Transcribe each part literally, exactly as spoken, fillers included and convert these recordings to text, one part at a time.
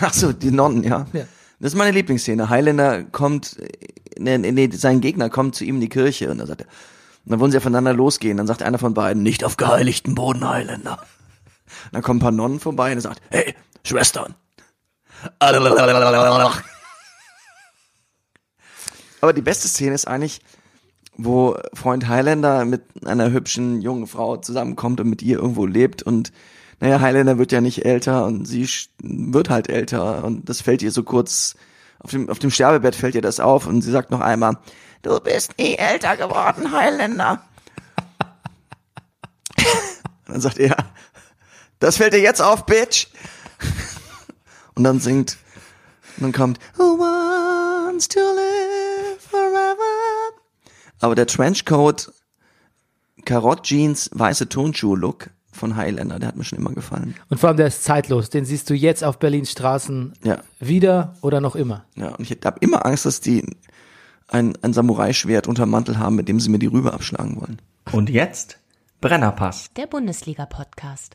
Ach so, die Nonnen, ja. Ja. Das ist meine Lieblingsszene. Highlander kommt, nee, nee, sein Gegner kommt zu ihm in die Kirche und dann sagt er, und dann wollen sie aufeinander losgehen. Dann sagt einer von beiden, nicht auf geheiligten Boden, Highlander. Und dann kommen ein paar Nonnen vorbei und er sagt, hey, Schwestern. Aber die beste Szene ist eigentlich, wo Freund Highlander mit einer hübschen jungen Frau zusammenkommt und mit ihr irgendwo lebt und naja, Highlander wird ja nicht älter und sie wird halt älter und das fällt ihr so kurz, auf dem, auf dem Sterbebett fällt ihr das auf und sie sagt noch einmal, du bist nie älter geworden, Highlander. Und dann sagt er, das fällt dir jetzt auf, Bitch. Und dann singt, und dann kommt, who wants to live forever? Aber der Trenchcoat, Karottjeans, weiße Turnschuhe-Look von Highlander, der hat mir schon immer gefallen. Und vor allem, der ist zeitlos. Den siehst du jetzt auf Berlins Straßen ja. wieder oder noch immer. Ja, und ich habe immer Angst, dass die ein, ein Samurai-Schwert unterm Mantel haben, mit dem sie mir die Rübe abschlagen wollen. Und jetzt Brennerpass. Der Bundesliga-Podcast.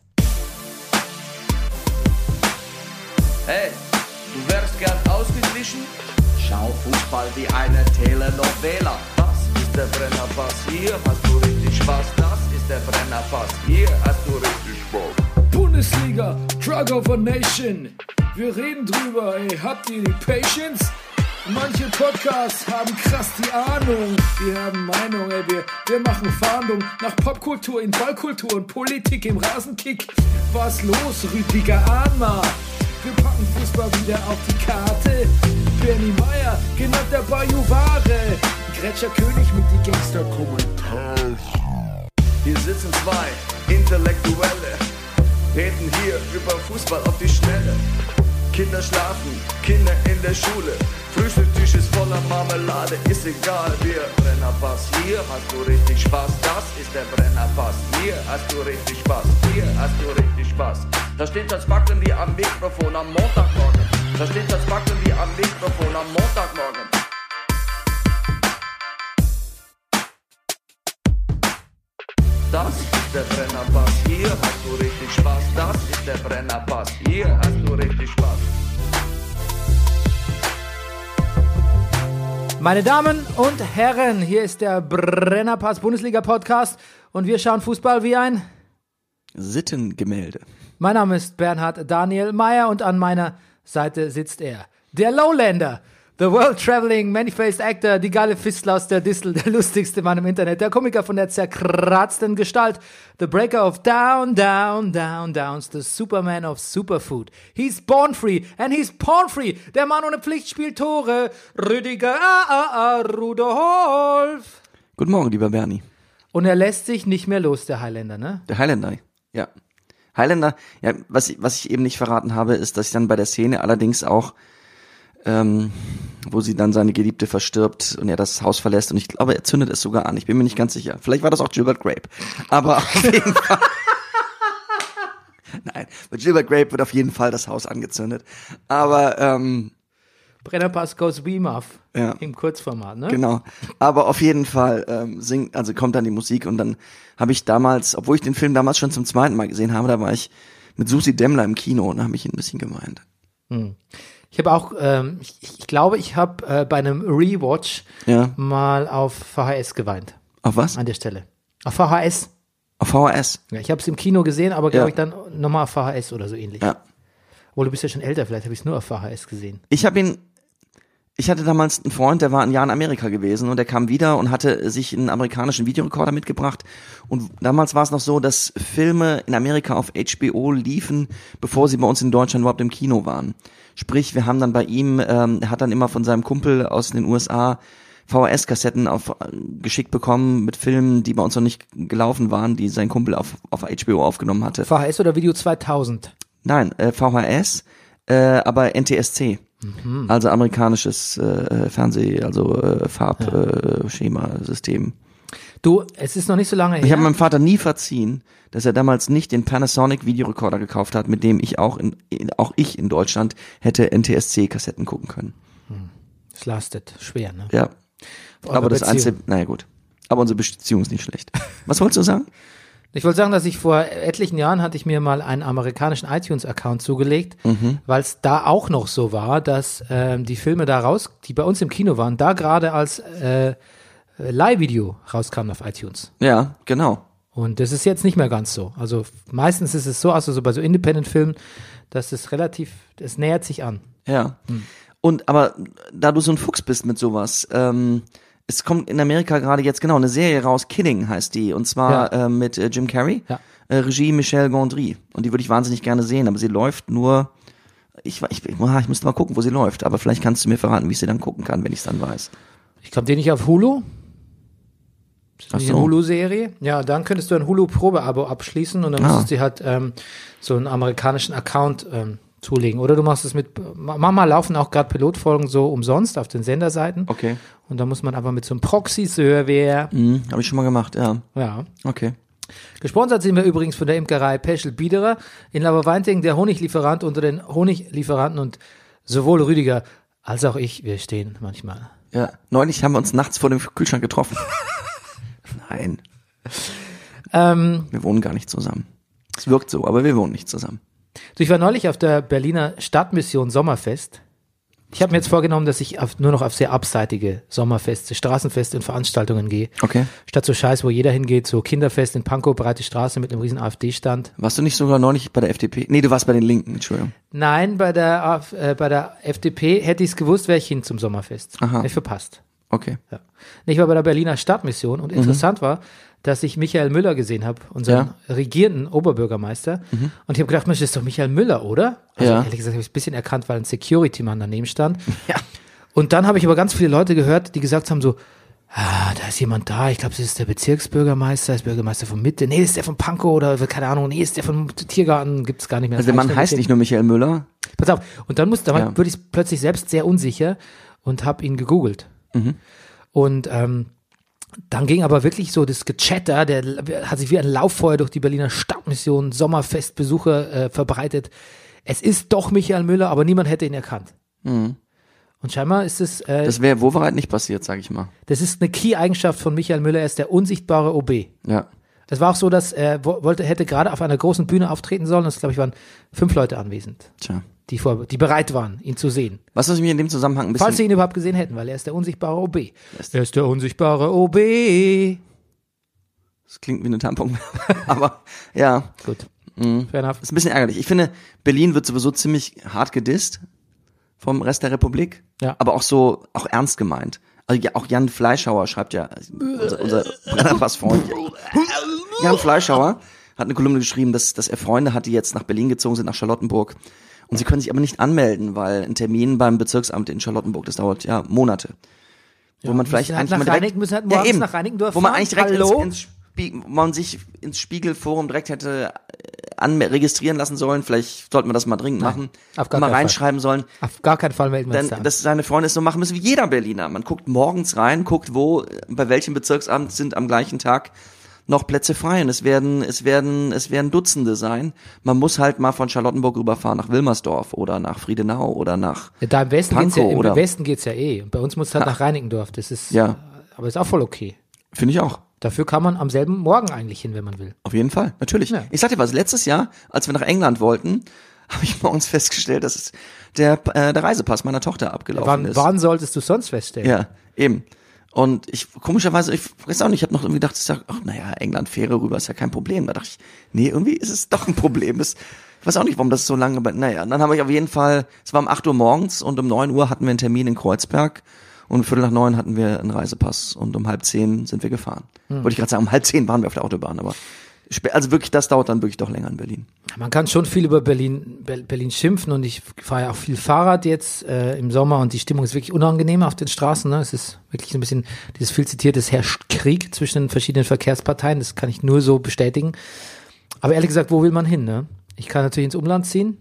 Hey, du wärst gern ausgeglichen? Schau Fußball wie eine Telenovela. Das ist der Brennerpass, hier hast du richtig Spaß. Das ist der Brennerpass, hier hast du richtig Spaß. Bundesliga, Drug of a Nation. Wir reden drüber, ey, habt ihr die Patience? Manche Podcasts haben krass die Ahnung. Wir haben Meinung, ey, wir, wir machen Fahndung nach Popkultur in Ballkultur und Politik im Rasenkick. Was los, Rüdiger Ahnma? Wir packen Fußball wieder auf die Karte. Bernie Meyer, genannt der Bajuware. Gretscher König mit die Gangster-Kommentare. Hier sitzen zwei Intellektuelle, reden hier über Fußball auf die Schnelle. Kinder schlafen, Kinder in der Schule. Frühstückstisch ist voller Marmelade, ist egal, wir Brennerpass. Hier hast du richtig Spaß, das ist der Brennerpass. Hier hast du richtig Spaß, hier hast du richtig Spaß. Da steht das Backen wie am Mikrofon am Montagmorgen. Da steht das Backen wie am Mikrofon am Montagmorgen. Das ist der Brennerpass, hier hast du richtig Spaß. Das ist der Brennerpass, hier hast du richtig Spaß. Meine Damen und Herren, hier ist der Brennerpass Bundesliga Podcast und wir schauen Fußball wie ein Sittengemälde. Mein Name ist Bernhard Daniel Meyer und an meiner Seite sitzt er, der Lowlander, the world-traveling, many-faced actor, die geile Fistel aus der Distel, der lustigste Mann im Internet, der Komiker von der zerkratzten Gestalt, the breaker of down, down, down, downs, the Superman of Superfood. He's born free and he's porn free. Der Mann ohne Pflicht spielt Tore, Rüdiger ah, ah, ah, Rudolf. Guten Morgen, lieber Bernie. Und er lässt sich nicht mehr los, der Highlander, ne? Der Highlander, ja. Highlander, ja, was, was ich eben nicht verraten habe, ist, dass ich dann bei der Szene allerdings auch Ähm, wo sie dann seine Geliebte verstirbt und er das Haus verlässt und ich glaube, er zündet es sogar an. Ich bin mir nicht ganz sicher. Vielleicht war das auch Gilbert Grape. Aber auf jeden Fall. Nein, bei Gilbert Grape wird auf jeden Fall das Haus angezündet. Aber, ähm, Brennerpass goes Beamuff ja, im Kurzformat, ne? Genau. Aber auf jeden Fall ähm, singt, also kommt dann die Musik und dann habe ich damals, obwohl ich den Film damals schon zum zweiten Mal gesehen habe, da war ich mit Susi Demmler im Kino und da habe ich ihn ein bisschen gemeint. Hm. Ich habe auch, ähm, ich, ich glaube, ich habe äh, bei einem Rewatch ja. mal auf V H S geweint. Auf was? An der Stelle. Auf V H S. Auf V H S? Ja, ich habe es im Kino gesehen, aber glaube ja. ich dann nochmal auf V H S oder so ähnlich. Ja. Obwohl, du bist ja schon älter, vielleicht habe ich es nur auf V H S gesehen. Ich habe ihn, ich hatte damals einen Freund, der war ein Jahr in Amerika gewesen und der kam wieder und hatte sich einen amerikanischen Videorekorder mitgebracht. Und damals war es noch so, dass Filme in Amerika auf H B O liefen, bevor sie bei uns in Deutschland überhaupt im Kino waren. Sprich, wir haben dann bei ihm, ähm, er hat dann immer von seinem Kumpel aus den U S A V H S-Kassetten auf, äh, geschickt bekommen mit Filmen, die bei uns noch nicht gelaufen waren, die sein Kumpel auf, auf H B O aufgenommen hatte. V H S oder Video zweitausend? Nein, äh, V H S, äh, aber N T S C. Mhm. Also amerikanisches äh, Fernseh, also äh, Farbschema-System. Ja. Du, es ist noch nicht so lange her. Ich habe meinem Vater nie verziehen, dass er damals nicht den Panasonic Videorekorder gekauft hat, mit dem ich auch in, in auch ich in Deutschland hätte N T S C-Kassetten gucken können. Es hm. lastet schwer, ne? Ja. Eure Aber das Beziehung. Einzige, naja gut. Aber unsere Beziehung ist nicht schlecht. Was wolltest du sagen? Ich wollte sagen, dass ich vor etlichen Jahren hatte ich mir mal einen amerikanischen iTunes-Account zugelegt, mhm. weil es da auch noch so war, dass ähm, die Filme da raus, die bei uns im Kino waren, da gerade als äh, Leihvideo rauskamen auf iTunes. Ja, genau. Und das ist jetzt nicht mehr ganz so. Also meistens ist es so, also so bei so Independent-Filmen, dass es relativ, es nähert sich an. Ja. Hm. Und aber da du so ein Fuchs bist mit sowas, ähm, es kommt in Amerika gerade jetzt genau eine Serie raus, Kidding heißt die, und zwar ja. äh, mit äh, Jim Carrey, ja. äh, Regie Michel Gondry. Und die würde ich wahnsinnig gerne sehen, aber sie läuft nur, ich, ich, ich, ich müsste mal gucken, wo sie läuft, aber vielleicht kannst du mir verraten, wie ich sie dann gucken kann, wenn ich es dann weiß. Ich glaube, den nicht auf Hulu. Ach Die so. Hulu-Serie. Ja, dann könntest du ein Hulu-Probe-Abo abschließen und dann Ah. müsstest du halt ähm, so einen amerikanischen Account ähm, zulegen. Oder du machst es mit, manchmal laufen auch gerade Pilotfolgen so umsonst auf den Senderseiten. Okay. Und da muss man aber mit so einem Proxy-Server, Mhm, habe ich schon mal gemacht, ja. ja. Okay. Gesponsert sind wir übrigens von der Imkerei Peschel Biederer in Laberweinting, der Honiglieferant unter den Honiglieferanten, und sowohl Rüdiger als auch ich, wir stehen manchmal. Ja. Neulich haben wir uns nachts vor dem Kühlschrank getroffen. Nein, Ähm, wir wohnen gar nicht zusammen. Es wirkt so, aber wir wohnen nicht zusammen. so, ich war neulich auf der Berliner Stadtmission Sommerfest. Ich habe mir jetzt vorgenommen, dass ich auf, nur noch auf sehr abseitige Sommerfeste, Straßenfeste und Veranstaltungen gehe. Okay. Statt so Scheiß, wo jeder hingeht, so Kinderfest in Pankow, breite Straße mit einem riesen AfD-Stand. Warst du nicht sogar neulich bei der F D P? Nee, du warst bei den Linken, Entschuldigung. Nein, bei der, Af- äh, bei der F D P hätte ich es gewusst, wäre ich hin zum Sommerfest. Aha. Hätte ich verpasst. Okay. Ja. Ich war bei der Berliner Stadtmission und interessant war, dass ich Michael Müller gesehen habe, unseren regierenden Oberbürgermeister. Und ich habe gedacht, Mensch, das ist doch Michael Müller, oder? Also Ja. ehrlich gesagt habe ich es ein bisschen erkannt, weil ein Security-Mann daneben stand. Ja. Und dann habe ich aber ganz viele Leute gehört, die gesagt haben so, ah, da ist jemand da, ich glaube, das ist der Bezirksbürgermeister, das ist Bürgermeister von Mitte, nee, das ist der von Pankow oder keine Ahnung, nee, das ist der von Tiergarten, gibt es gar nicht mehr. Also der Mann heißt nicht nur Michael Müller. Pass auf, und dann musste, Ja. wurde ich plötzlich selbst sehr unsicher und habe ihn gegoogelt. Und ähm, dann ging aber wirklich so das Gechatter, der hat sich wie ein Lauffeuer durch die Berliner Stadtmission, Sommerfestbesucher äh, verbreitet. Es ist doch Michael Müller, aber niemand hätte ihn erkannt. Mhm. Und scheinbar ist es, äh, das, Das wäre Wovereit nicht passiert, sag ich mal. das ist eine Key-Eigenschaft von Michael Müller, er ist der unsichtbare O B. Ja. Es war auch so, dass er wo- wollte, hätte gerade auf einer großen Bühne auftreten sollen, das glaube ich waren fünf Leute anwesend, Tja. die, vor, die bereit waren, ihn zu sehen. Was was mich in dem Zusammenhang ein bisschen... Falls sie ihn überhaupt gesehen hätten, weil er ist der unsichtbare O B. Er ist der unsichtbare O B. Das klingt wie eine Tampon. Aber ja, Gut, mhm. fair enough. ist ein bisschen ärgerlich. Ich finde, Berlin wird sowieso ziemlich hart gedisst vom Rest der Republik. Ja. Aber auch so, auch ernst gemeint. Also ja, auch Jan Fleischhauer schreibt ja, unser, unser Brennerpass-Freund. Jan Fleischhauer hat eine Kolumne geschrieben, dass, dass er Freunde hat, die jetzt nach Berlin gezogen sind, nach Charlottenburg. Und sie können sich aber nicht anmelden, weil ein Termin beim Bezirksamt in Charlottenburg, das dauert ja Monate. Wo man vielleicht müssen halt eigentlich nach mal direkt, Reinick- müssen halt morgens nach Reinickendorf wo man fahren. eigentlich direkt ins, Hallo? ins Spie- wo man sich ins Spiegelforum direkt hätte äh, anme- registrieren lassen sollen. Vielleicht sollten wir das mal dringend machen. auf gar mal keinen Fall. reinschreiben sollen. Auf gar keinen Fall melden wir uns Dann, da an. dass seine Freunde es so machen müssen wie jeder Berliner. Man guckt morgens rein, guckt wo, äh, bei welchem Bezirksamt sind am gleichen Tag noch Plätze frei. Und es werden, es werden, es werden Dutzende sein. Man muss halt mal von Charlottenburg rüberfahren nach Wilmersdorf oder nach Friedenau oder nach, Ja, da im Westen geht's ja, Pankow im oder- Westen geht's ja eh. Und bei uns muss es halt Ja. nach Reinickendorf. Das ist, Ja. äh, aber ist auch voll okay. finde ich auch. Dafür kann man am selben Morgen eigentlich hin, wenn man will. Auf jeden Fall, natürlich. Ja. Ich sag dir was, letztes Jahr, als wir nach England wollten, habe ich morgens festgestellt, dass es der, äh, der Reisepass meiner Tochter abgelaufen Wann, ist. wann solltest du sonst feststellen? Ja, eben. Und ich, komischerweise, ich weiß auch nicht, ich habe noch irgendwie gedacht, ich sag, ach naja, England, Fähre rüber, ist ja kein Problem. Da dachte ich, nee, irgendwie ist es doch ein Problem. Das, ich weiß auch nicht, warum das so lange, aber naja, und dann habe ich auf jeden Fall, es war um acht Uhr morgens und um neun Uhr hatten wir einen Termin in Kreuzberg und um Viertel nach neun hatten wir einen Reisepass und um halb zehn sind wir gefahren. Hm. Wollte ich gerade sagen, um halb zehn waren wir auf der Autobahn, aber spä- also wirklich, das dauert dann wirklich doch länger in Berlin. Man kann schon viel über Berlin, Ber- Berlin schimpfen und ich fahre ja auch viel Fahrrad jetzt äh, im Sommer und die Stimmung ist wirklich unangenehm auf den Straßen. Ne? Es ist wirklich so ein bisschen dieses viel zitierte, es herrscht Krieg zwischen den verschiedenen Verkehrsparteien. Das kann ich nur so bestätigen. Aber ehrlich gesagt, wo will man hin? Ne? Ich kann natürlich ins Umland ziehen,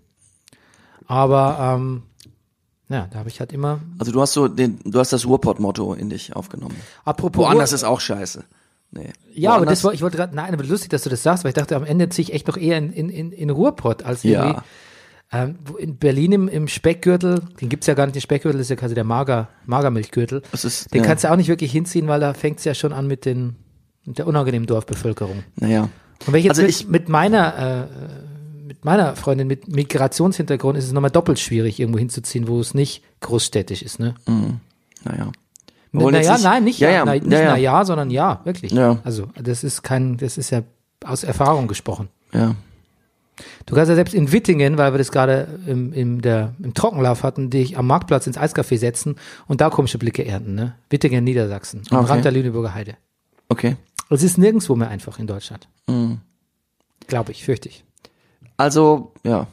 aber ähm, ja, da habe ich halt immer. Also du hast so den, du hast das Ruhrpott-Motto in dich aufgenommen. Apropos Woanders Ruhr- ist auch scheiße. Nee. Ja, aber Woanders- das war, ich wollte gerade, nein, aber lustig, dass du das sagst, weil ich dachte, am Ende ziehe ich echt noch eher in, in, in, in Ruhrpott als irgendwie. Ja. Ähm, wo in Berlin im, im Speckgürtel, den gibt's ja gar nicht, den Speckgürtel ist ja quasi der Mager, Magermilchgürtel. Das ist, Den ja. kannst du auch nicht wirklich hinziehen, weil da fängt's ja schon an mit den mit der unangenehmen Dorfbevölkerung. Naja. Und wenn ich jetzt Also mit, ich- mit meiner äh, mit meiner Freundin mit Migrationshintergrund ist es nochmal doppelt schwierig, irgendwo hinzuziehen, wo es nicht großstädtisch ist, ne? Naja. Wir wollen jetzt Naja, nicht- nein, nicht ja, ja, ja, nein, nicht ja, ja. na ja, sondern ja, wirklich. Ja. Also das ist kein, das ist ja aus Erfahrung gesprochen. Ja. Du kannst ja selbst in Wittingen, weil wir das gerade im, im, der, im Trockenlauf hatten, dich am Marktplatz ins Eiscafé setzen und da komische Blicke ernten, ne? Wittingen, Niedersachsen, am Okay. Rand der Lüneburger Heide. Okay. Es ist nirgendwo mehr einfach in Deutschland. Mhm. Glaube ich, fürchte ich. Also, ja.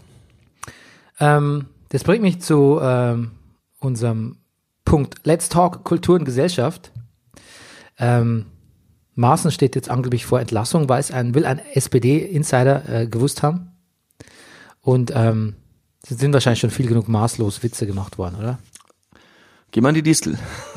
Ähm, das bringt mich zu ähm, unserem Punkt Let's Talk Kultur und Gesellschaft. Ähm, Maaßen steht jetzt angeblich vor Entlassung, weil es ein, will ein S P D-Insider äh, gewusst haben. Und ähm, es sind wahrscheinlich schon viel genug maßlos Witze gemacht worden, oder? Geh mal in die Distel.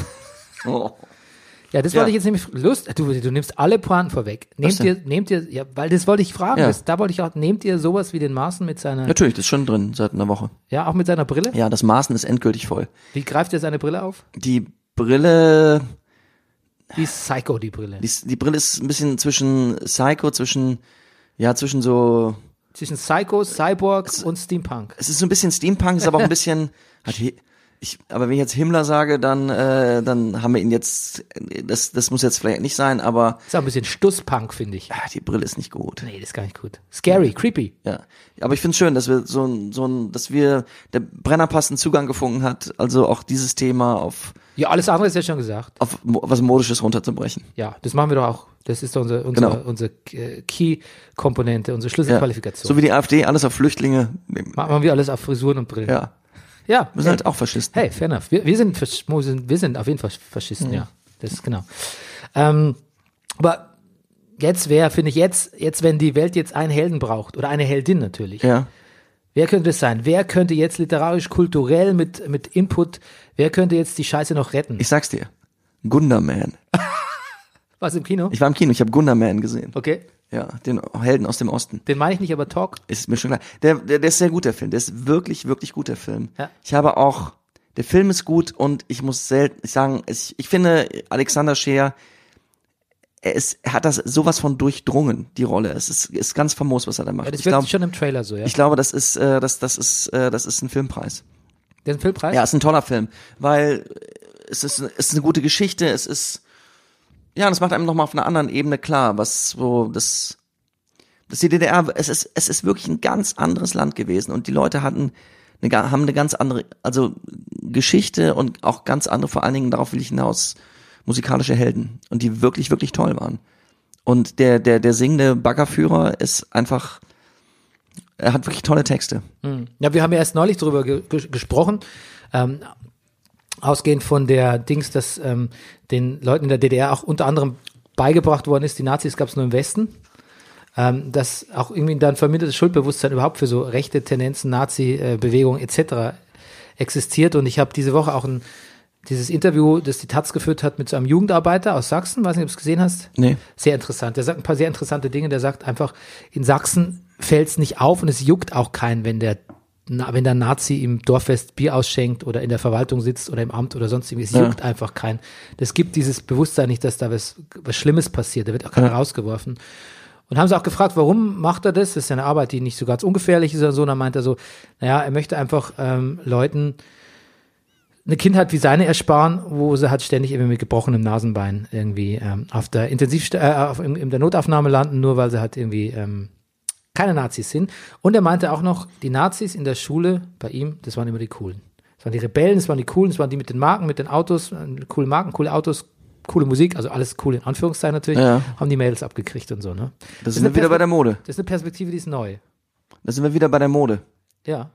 Oh. Ja, das Ja. wollte ich jetzt nämlich Lust. Du, du nimmst alle Pointen vorweg. Nehmt ihr, denn? nehmt ihr, ja, weil das wollte ich fragen. Ja. Das, da wollte ich auch, nehmt ihr sowas wie den Maaßen mit seiner, Natürlich, das ist schon drin seit einer Woche. ja, auch mit seiner Brille? Ja, das Maßen ist endgültig voll. Wie greift er seine Brille auf? Die Brille, Die ist Psycho, die Brille. die, die Brille ist ein bisschen zwischen Psycho, zwischen, ja, zwischen so, Zwischen Psycho, Cyborg und Steampunk. es ist so ein bisschen Steampunk, ist aber auch ein bisschen, hat Hi- ich, aber wenn ich jetzt Himmler sage, dann, äh, dann haben wir ihn jetzt, das, das muss jetzt vielleicht nicht sein, aber Ist auch ein bisschen Stusspunk, finde ich. ah, die Brille ist nicht gut. Nee, das ist gar nicht gut. Scary, creepy. Ja, aber ich finde es schön, dass wir so ein, so ein, dass wir der Brennerpass einen Zugang gefunden hat, also auch dieses Thema auf, Ja, alles andere ist ja schon gesagt. auf mo- was Modisches runterzubrechen. Ja, das machen wir doch auch. Das ist doch unsere, unsere, Genau. unsere äh, Key-Komponente, unsere Ja. Schlüsselqualifikation. So wie die AfD alles auf Flüchtlinge nehmen. Machen wir alles auf Frisuren und Brillen. Ja, Ja. wir sind hey. halt auch Faschisten. Hey, fair enough. Wir, wir, sind, Fasch- wir sind, wir sind auf jeden Fall Faschisten, ja. Das ist genau. Ähm, aber jetzt wäre, finde ich, jetzt, jetzt, wenn die Welt jetzt einen Helden braucht, oder eine Heldin natürlich, Ja, wer könnte das sein? Wer könnte jetzt literarisch, kulturell mit, mit Input, wer könnte jetzt die Scheiße noch retten? ich sag's dir. Gunderman. Was im Kino? Ich war im Kino, ich habe Gunderman gesehen. Okay. Ja, den Helden aus dem Osten. Den meine ich nicht, aber Talk. Ist mir schon klar. Der, der, der ist sehr gut, der Film. Der ist wirklich, wirklich gut, der Film. Ja. Ich habe auch, der Film ist gut und ich muss selten sagen, ich, ich finde, Alexander Scheer, er, ist, er hat das sowas von durchdrungen, die Rolle. Es ist, ist ganz famos, was er da macht. Ja, das ich wirkt glaube, schon im Trailer so, ja. ich glaube, das ist, äh, das, das ist, äh, das ist ein Filmpreis. Der ist ein Filmpreis? Ja, ist ein toller Film, weil es ist, es ist eine gute Geschichte, es ist, ja, und es macht einem nochmal auf einer anderen Ebene klar, was so, das, das die D D R, es ist, es ist wirklich ein ganz anderes Land gewesen und die Leute hatten, eine, ga- haben eine ganz andere, also Geschichte und auch ganz andere, vor allen Dingen, darauf will ich hinaus, musikalische Helden und die wirklich, wirklich toll waren. Und der, der, der singende Baggerführer ist einfach, er hat wirklich tolle Texte. Ja, wir haben ja erst neulich darüber ge ge gesprochen, ähm, ausgehend von der Dings, dass ähm, den Leuten in der D D R auch unter anderem beigebracht worden ist, die Nazis gab es nur im Westen, ähm, dass auch irgendwie dann vermindertes Schuldbewusstsein überhaupt für so rechte Tendenzen, Nazi-Bewegungen et cetera existiert. Und ich habe diese Woche auch ein dieses Interview, das die Taz geführt hat mit so einem Jugendarbeiter aus Sachsen, weiß nicht, ob du es gesehen hast. Nee. Sehr interessant. Der sagt ein paar sehr interessante Dinge. Der sagt einfach, in Sachsen fällt es nicht auf und es juckt auch keinen, wenn der na, wenn der Nazi im Dorffest Bier ausschenkt oder in der Verwaltung sitzt oder im Amt oder sonst irgendwie. Es Ja. juckt einfach keinen. Das gibt dieses Bewusstsein nicht, dass da was, was Schlimmes passiert. Da wird auch keiner Ja. rausgeworfen. Und haben sie auch gefragt, warum macht er das? Das ist ja eine Arbeit, die nicht so ganz ungefährlich ist oder so. Und dann meint er so, naja, er möchte einfach ähm, Leuten eine Kindheit wie seine ersparen, wo sie halt ständig irgendwie mit gebrochenem Nasenbein irgendwie ähm, auf der Intensiv äh, auf, in, in der Notaufnahme landen, nur weil sie halt irgendwie ähm, keine Nazis sind. Und er meinte auch noch, die Nazis in der Schule bei ihm, das waren immer die Coolen. Das waren die Rebellen, das waren die Coolen, das waren die mit den Marken, mit den Autos, äh, coole Marken, coole Autos, coole Musik, also alles cool in Anführungszeichen natürlich, Ja. haben die Mädels abgekriegt und so, ne? Das ist sind eine wir wieder bei der Perspekt- Mode. Das ist eine Perspektive, die ist neu. Da sind wir wieder bei der Mode. Ja.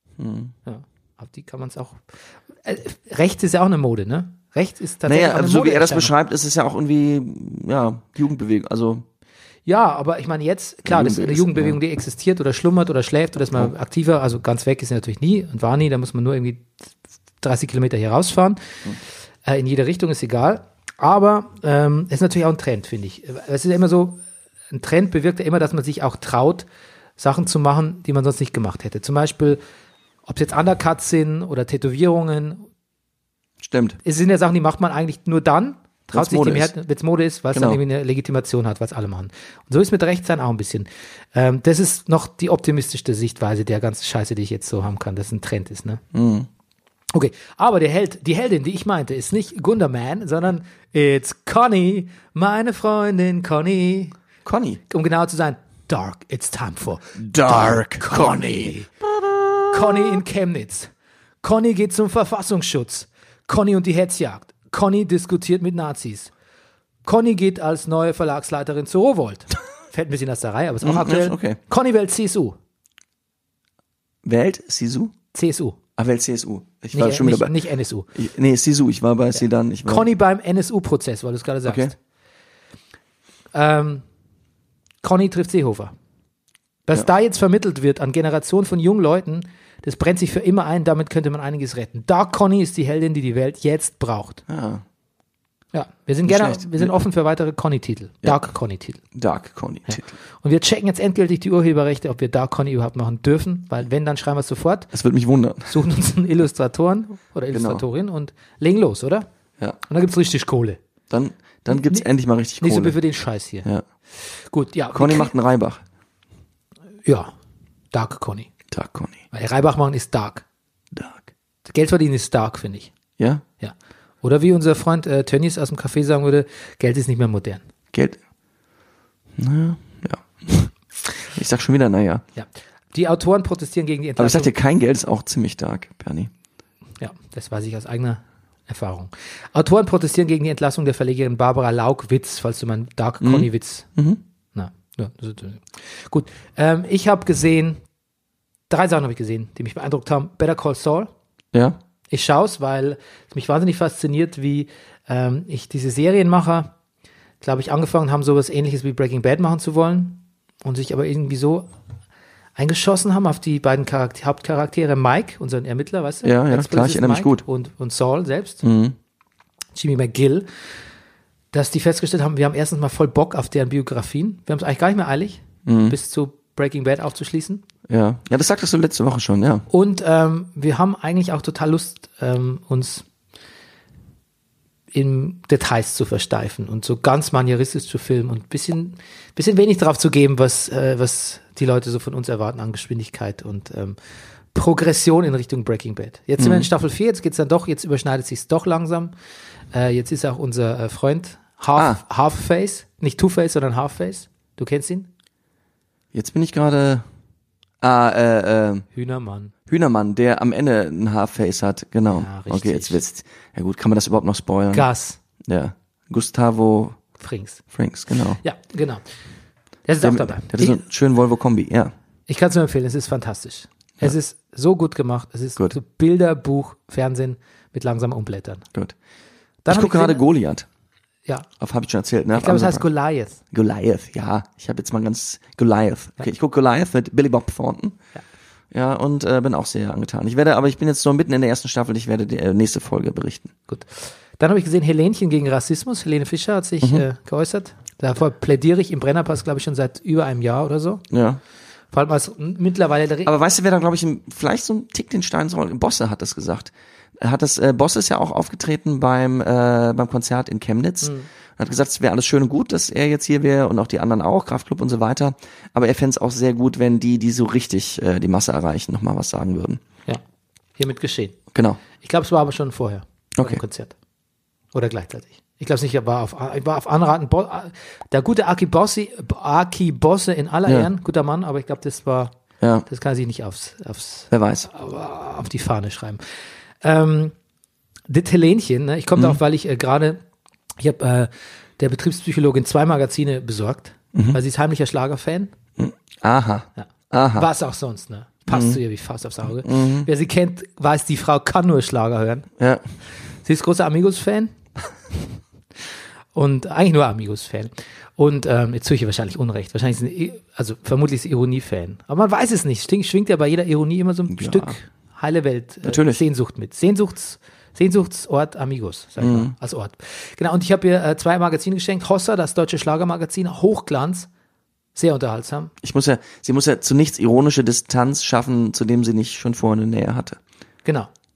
Ja. Auf die kann man es auch. Äh, Rechts ist ja auch eine Mode, ne? Rechts ist tatsächlich Naja, auch eine so wie er das Modeerscheinung. beschreibt, ist es ja auch irgendwie, ja, Jugendbewegung, also, Ja, aber ich meine jetzt, klar, das ist eine Jugendbewegung, die existiert oder schlummert oder schläft oder ist mal aktiver, also ganz weg ist sie natürlich nie und war nie, da muss man nur irgendwie dreißig Kilometer hier rausfahren. Äh, in jede Richtung ist egal. Aber ähm, es ist natürlich auch ein Trend, finde ich. Es ist ja immer so, ein Trend bewirkt ja immer, dass man sich auch traut, Sachen zu machen, die man sonst nicht gemacht hätte. Zum Beispiel, ob es jetzt Undercuts sind oder Tätowierungen. stimmt. Es sind ja Sachen, die macht man eigentlich nur dann, traut Weil's sich Mode dem ist. her, wenn es Mode ist, weil es Genau. dann irgendwie eine Legitimation hat, was alle machen. Und so ist mit Recht sein auch ein bisschen. Ähm, das ist noch die optimistischste Sichtweise der ganzen Scheiße, die ich jetzt so haben kann, dass es ein Trend ist, ne? Mhm. Okay, aber der Held, die Heldin, die ich meinte, ist nicht Gunderman, sondern it's Connie, meine Freundin Connie. Conny. Um genau zu sein, Dark, it's time for Dark Connie. Conny in Chemnitz. Conny geht zum Verfassungsschutz. Conny und die Hetzjagd. Conny diskutiert mit Nazis. Conny geht als neue Verlagsleiterin zu Rowohlt. Fällt ein bisschen aus der Reihe, aber ist auch Mhm, aktuell. ist okay. Conny wählt C S U. Wählt Sisu? C S U. Ah, wählt C S U. Ich war Nicht, schon wieder nicht, bei. nicht N S U. Ich, nee, Sisu, ich war bei Sedan. Ich war, Conny beim N S U-Prozess, weil du es gerade sagst. Okay. Ähm, Conny trifft Seehofer. Was Ja. da jetzt vermittelt wird an Generationen von jungen Leuten, das brennt sich für immer ein, damit könnte man einiges retten. Dark Conny ist die Heldin, die die Welt jetzt braucht. Ah, Ja, wir sind Nicht gerne, schlecht. wir sind offen für weitere Conny-Titel. Ja. Dark Conny-Titel. Dark Conny. Titel. Und wir checken jetzt endgültig die Urheberrechte, ob wir Dark Conny überhaupt machen dürfen, weil wenn, dann schreiben wir es sofort, Das würde mich wundern. suchen uns einen Illustratoren oder Illustratorin und legen los, oder? Ja. Und dann gibt's richtig Kohle. Dann, dann gibt's N- endlich mal richtig Nicht so wie Kohle. für den Scheiß hier. Ja. Gut, ja. Conny wir macht einen Reibach. kriegen- Ja, Dark Conny. Dark Conny. Weil Reibach machen ist Dark. Dark. Geld verdienen ist Dark, finde ich. Ja? Ja. Oder wie unser Freund äh, Tönnies aus dem Café sagen würde, Geld ist nicht mehr modern. Geld. Na, ja. Ich sag schon wieder, naja. Ja. Die Autoren protestieren gegen die Aber ich sag Entlassung. dir, kein Geld ist auch ziemlich dark, Bernie. Ja, das weiß ich aus eigener Erfahrung. Autoren protestieren gegen die Entlassung der Verlegerin Barbara Laugwitz, falls du meinen Dark Conny Witz. Na, ja, das ist, äh, gut. Ähm, ich habe gesehen, drei Sachen habe ich gesehen, die mich beeindruckt haben. Better Call Saul. Ja? Ich schaue es, weil es mich wahnsinnig fasziniert, wie ähm, ich diese Serienmacher, glaube ich, angefangen haben, sowas Ähnliches wie Breaking Bad machen zu wollen und sich aber irgendwie so eingeschossen haben auf die beiden Charakter- Hauptcharaktere, Mike, unseren Ermittler, weißt du? Ja, ja, Ex-Polizist klar, ich erinnere mich Mike gut. Und, und Saul selbst, Mhm. Jimmy McGill, dass die festgestellt haben, wir haben erstens mal voll Bock auf deren Biografien. Wir haben es eigentlich gar nicht mehr eilig, Mhm. bis zu Breaking Bad aufzuschließen. Ja. Ja, das sagtest du letzte Woche schon, ja. Und ähm, wir haben eigentlich auch total Lust, ähm, uns in Details zu versteifen und so ganz manieristisch zu filmen und bisschen, bisschen wenig drauf zu geben, was, äh, was die Leute so von uns erwarten an Geschwindigkeit und ähm, Progression in Richtung Breaking Bad. Jetzt sind wir in Staffel vier, jetzt geht's dann doch, jetzt überschneidet sich's doch langsam. Äh, jetzt ist auch unser äh, Freund Half, Ah. Half-Face, nicht Two-Face, sondern Half-Face. Du kennst ihn? Jetzt bin ich gerade. Ah, äh, äh, Hühnermann. Hühnermann, der am Ende ein Half-Face hat, genau. Ja, richtig. Okay, jetzt wird's. Ja gut, kann man das überhaupt noch spoilern? Gas. Ja. Gustavo Frings. Franks, genau. Ja, genau. Der ist Der, auch der dabei. hat so einen schönen Volvo-Kombi, ja. Ich kann es nur empfehlen, es ist fantastisch. Es ist so gut gemacht. Es ist Gut. so Bilder, Buch, Fernsehen mit langsamem Umblättern. Gut. Dann ich hab gucke gerade gesehen- Goliath. Ja, Auf habe ich schon erzählt, ne? ich glaube, es heißt Goliath. Goliath, ja. Ich habe jetzt mal ganz Goliath. Okay, ich gucke Goliath mit Billy Bob Thornton. Ja. Ja, und äh, bin auch sehr angetan. Ich werde, aber ich bin jetzt so mitten in der ersten Staffel, ich werde die äh, nächste Folge berichten. Gut. Dann habe ich gesehen, Helenchen gegen Rassismus. Helene Fischer hat sich Mhm. äh, geäußert. Davor plädiere ich im Brennerpass, glaube ich, schon seit über einem Jahr oder so. Ja. Vor allem als m- mittlerweile der Re Aber weißt du, wer da, glaube ich, im- vielleicht so einen Tick den Stein soll? Bosse hat das gesagt. Er hat das, äh, Bosse ist ja auch aufgetreten beim, äh, beim Konzert in Chemnitz. Mhm. Er hat gesagt, es wäre alles schön und gut, dass er jetzt hier wäre und auch die anderen auch, Kraftklub und so weiter. Aber er fände es auch sehr gut, wenn die, die so richtig äh, die Masse erreichen, nochmal was sagen würden. Ja, hiermit geschehen. Genau. Ich glaube, es war aber schon vorher. Vor Okay. dem Konzert. Oder gleichzeitig. Ich glaube es nicht, er war auf, er war auf Anraten. Bo der gute Aki Bossi, Aki Bosse in aller Ja. Ehren, guter Mann, aber ich glaube, das war, Ja, das kann er sich nicht aufs, aufs, wer weiß. auf die Fahne schreiben. Ähm, das Helenchen, ne, ich komme Mhm. darauf, weil ich äh, gerade, ich habe äh, der Betriebspsychologin zwei Magazine besorgt, Mhm. weil sie ist heimlicher Schlagerfan. Aha. Ja. Aha. Was auch sonst, ne? Passt Mhm. zu ihr wie Faust aufs Auge. Wer sie kennt, weiß, die Frau kann nur Schlager hören. Ja. Sie ist großer Amigos-Fan. Und eigentlich nur Amigos-Fan. Und ähm, jetzt tue ich ihr wahrscheinlich Unrecht. Wahrscheinlich ist sie, also vermutlich ist sie Ironie-Fan. Aber man weiß es nicht. Schwingt, schwingt ja bei jeder Ironie immer so ein Ja. Stück heile Welt äh, Natürlich. Sehnsucht mit. Sehnsuchts, Sehnsuchtsort Amigos, sag ich mal, als Ort. Genau, und ich habe ihr äh, zwei Magazine geschenkt. Hossa, das deutsche Schlagermagazin, Hochglanz, sehr unterhaltsam. Ich muss ja, sie muss ja zu nichts ironische Distanz schaffen, zu dem sie nicht schon vorher eine Nähe hatte. Genau.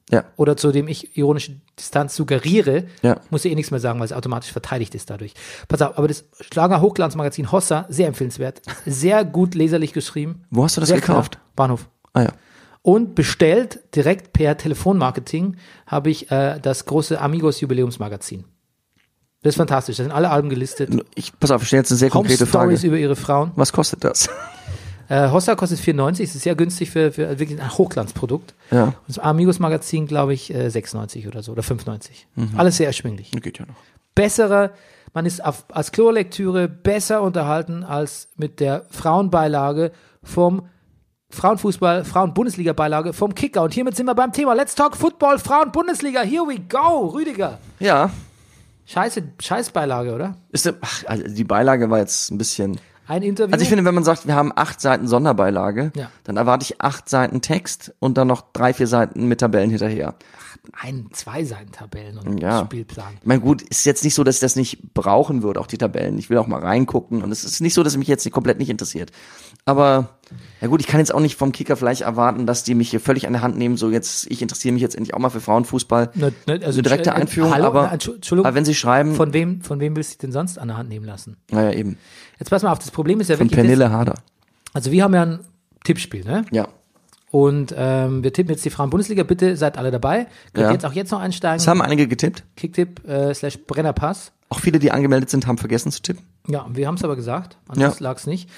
Ja. oder zu dem ich ironische Distanz suggeriere, Ja. muss ich eh nichts mehr sagen, weil es automatisch verteidigt ist dadurch. Pass auf, aber das Schlager Hochglanzmagazin Hossa, sehr empfehlenswert, sehr gut leserlich geschrieben. Wo hast du das sehr gekauft? Klar, Bahnhof. Ah ja. Und bestellt direkt per Telefonmarketing habe ich äh, das große Amigos Jubiläumsmagazin. Das ist fantastisch, da sind alle Alben gelistet. Ich, pass auf, ich stelle jetzt eine sehr Home konkrete Frage. Stories über ihre Frauen. Was kostet das? Äh, Hossa kostet vier neunzig, das ist sehr günstig für, für wirklich ein Hochglanzprodukt. Ja. Und das Amigos Magazin, glaube ich, äh, sechs neunzig oder so oder fünf neunzig. Mhm. Alles sehr erschwinglich. Geht ja noch. Bessere, man ist auf, als Klolektüre besser unterhalten als mit der Frauenbeilage vom Frauenfußball, Frauen-Bundesliga-Beilage vom Kicker. Und hiermit sind wir beim Thema Let's Talk Football, Frauen-Bundesliga. Here we go, Rüdiger. Ja. Scheiße, Scheißbeilage, oder? Ist der, ach, also die Beilage war jetzt ein bisschen. Ein Interview. Also ich finde, wenn man sagt, wir haben acht Seiten Sonderbeilage, Ja. dann erwarte ich acht Seiten Text und dann noch drei, vier Seiten mit Tabellen hinterher. ein, zwei Seiten Tabellen und Ja. Spielplan. Ich meine, gut, ist jetzt nicht so, dass ich das nicht brauchen würde, auch die Tabellen. Ich will auch mal reingucken und es ist nicht so, dass es mich jetzt nicht, komplett nicht interessiert. Aber, ja gut, ich kann jetzt auch nicht vom Kicker vielleicht erwarten, dass die mich hier völlig an der Hand nehmen, so jetzt, ich interessiere mich jetzt endlich auch mal für Frauenfußball. Ne, ne, also Eine direkte äh, Einführung, hallo, aber, na, Entschuldigung, aber wenn sie schreiben, von wem, von wem willst du dich denn sonst an der Hand nehmen lassen? naja eben, Jetzt pass mal auf, das Problem ist ja von wirklich, das, Pernille Harder. also wir haben ja ein Tippspiel, ne? Ja. Und ähm, wir tippen jetzt die Frauen-Bundesliga, bitte seid alle dabei. Könnt Ja. jetzt auch jetzt noch einsteigen. Das haben einige getippt. Kicktipp äh, slash Brennerpass. Auch viele, die angemeldet sind, haben vergessen zu tippen. Ja, wir haben es aber gesagt, anders Ja. lag es nicht.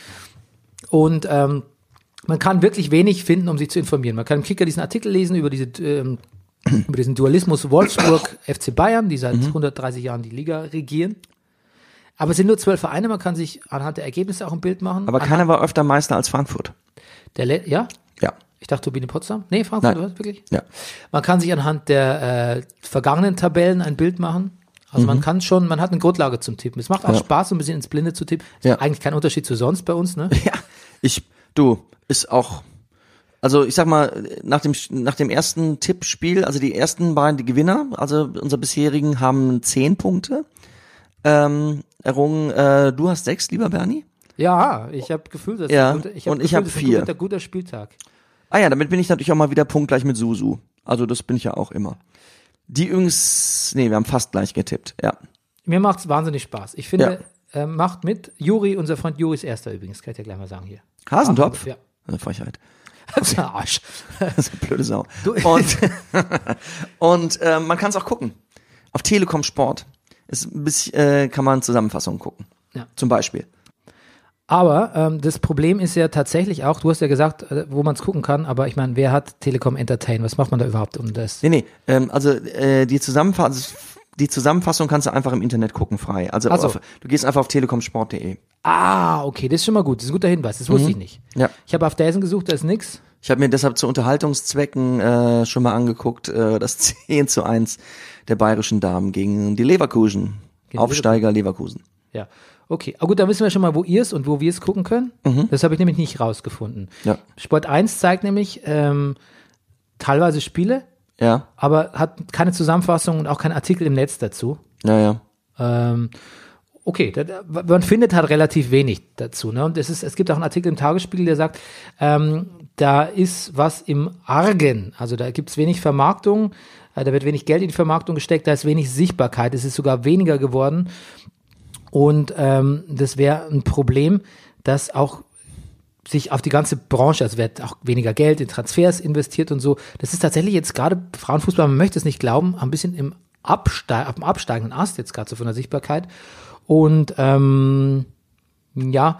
Und ähm, man kann wirklich wenig finden, um sich zu informieren. Man kann im Kicker diesen Artikel lesen über diese ähm, über diesen Dualismus Wolfsburg F C Bayern, die seit Mhm. hundertdreißig Jahren die Liga regieren. Aber es sind nur zwölf Vereine, man kann sich anhand der Ergebnisse auch ein Bild machen. Aber Anhand keiner war öfter Meister als Frankfurt. der Le ja? Ja. Ich dachte Turbine Potsdam. Nee, Frankfurt, Nein. was, wirklich? Ja. Man kann sich anhand der äh, vergangenen Tabellen ein Bild machen. Also man kann schon, man hat eine Grundlage zum Tippen. Es macht auch Mhm. Ja. Spaß, so ein bisschen ins Blinde zu tippen. Ist Ja. eigentlich kein Unterschied zu sonst bei uns, ne? Ja. Ich, du, ist auch, also ich sag mal, nach dem, nach dem ersten Tippspiel, also die ersten beiden, die Gewinner, also unsere bisherigen haben zehn Punkte ähm, errungen. Äh, du hast sechs, lieber Bernie? Ja, ich habe Gefühl, dass Ja, ein guter, ich hab und ich Gefühl, hab das ist vier. ein guter, guter Spieltag. Ah ja, damit bin ich natürlich auch mal wieder punktgleich mit Susu. Also das bin ich ja auch immer. Die übrigens, nee, wir haben fast gleich getippt, ja. Mir macht's wahnsinnig Spaß. Ich finde, äh, macht mit. Juri, unser Freund Juri ist Erster übrigens, kann ich dir gleich mal sagen hier. Hasentopf? Ja. Eine Frechheit. Arsch. Das ist eine blöde Sau. Du- Und, und äh, man kann es auch gucken. Auf Telekom Sport ist ein bisschen, äh, kann man Zusammenfassungen gucken. Ja. Zum Beispiel. Aber ähm, das Problem ist ja tatsächlich auch, du hast ja gesagt, äh, wo man es gucken kann, aber ich meine, wer hat Telekom Entertain? Was macht man da überhaupt um das? Nee, nee, ähm, also äh, die Zusammenfassung, die Zusammenfassung kannst du einfach im Internet gucken, frei. Also Ach so. auf, du gehst einfach auf telekomsport punkt de. Ah, okay, das ist schon mal gut. Das ist ein guter Hinweis. Das wusste ich nicht. Ja. Ich habe auf Dazen gesucht, da ist nix. Ich habe mir deshalb zu Unterhaltungszwecken äh, schon mal angeguckt, äh, das zehn zu eins der bayerischen Damen gegen die Leverkusen. Gegen Aufsteiger Leverkusen. Ja. Okay, aber gut, dann wissen wir schon mal, wo ihr es und wo wir es gucken können. Das habe ich nämlich nicht rausgefunden. Ja. Sport eins zeigt nämlich ähm, teilweise Spiele, Ja, aber hat keine Zusammenfassung und auch keinen Artikel im Netz dazu. ja, ja. Ähm, okay, da, da, man findet halt relativ wenig dazu. Ne? Und es, ist, es gibt auch einen Artikel im Tagesspiegel, der sagt, ähm, da ist was im Argen. Also da gibt es wenig Vermarktung, äh, da wird wenig Geld in die Vermarktung gesteckt, da ist wenig Sichtbarkeit, es ist sogar weniger geworden. Und ähm, das wäre ein Problem, dass auch sich auf die ganze Branche, also wird auch weniger Geld in Transfers investiert und so. Das ist tatsächlich jetzt gerade Frauenfußball, man möchte es nicht glauben, ein bisschen im Absteig, auf dem absteigenden Ast jetzt gerade so von der Sichtbarkeit. Und ähm, ja,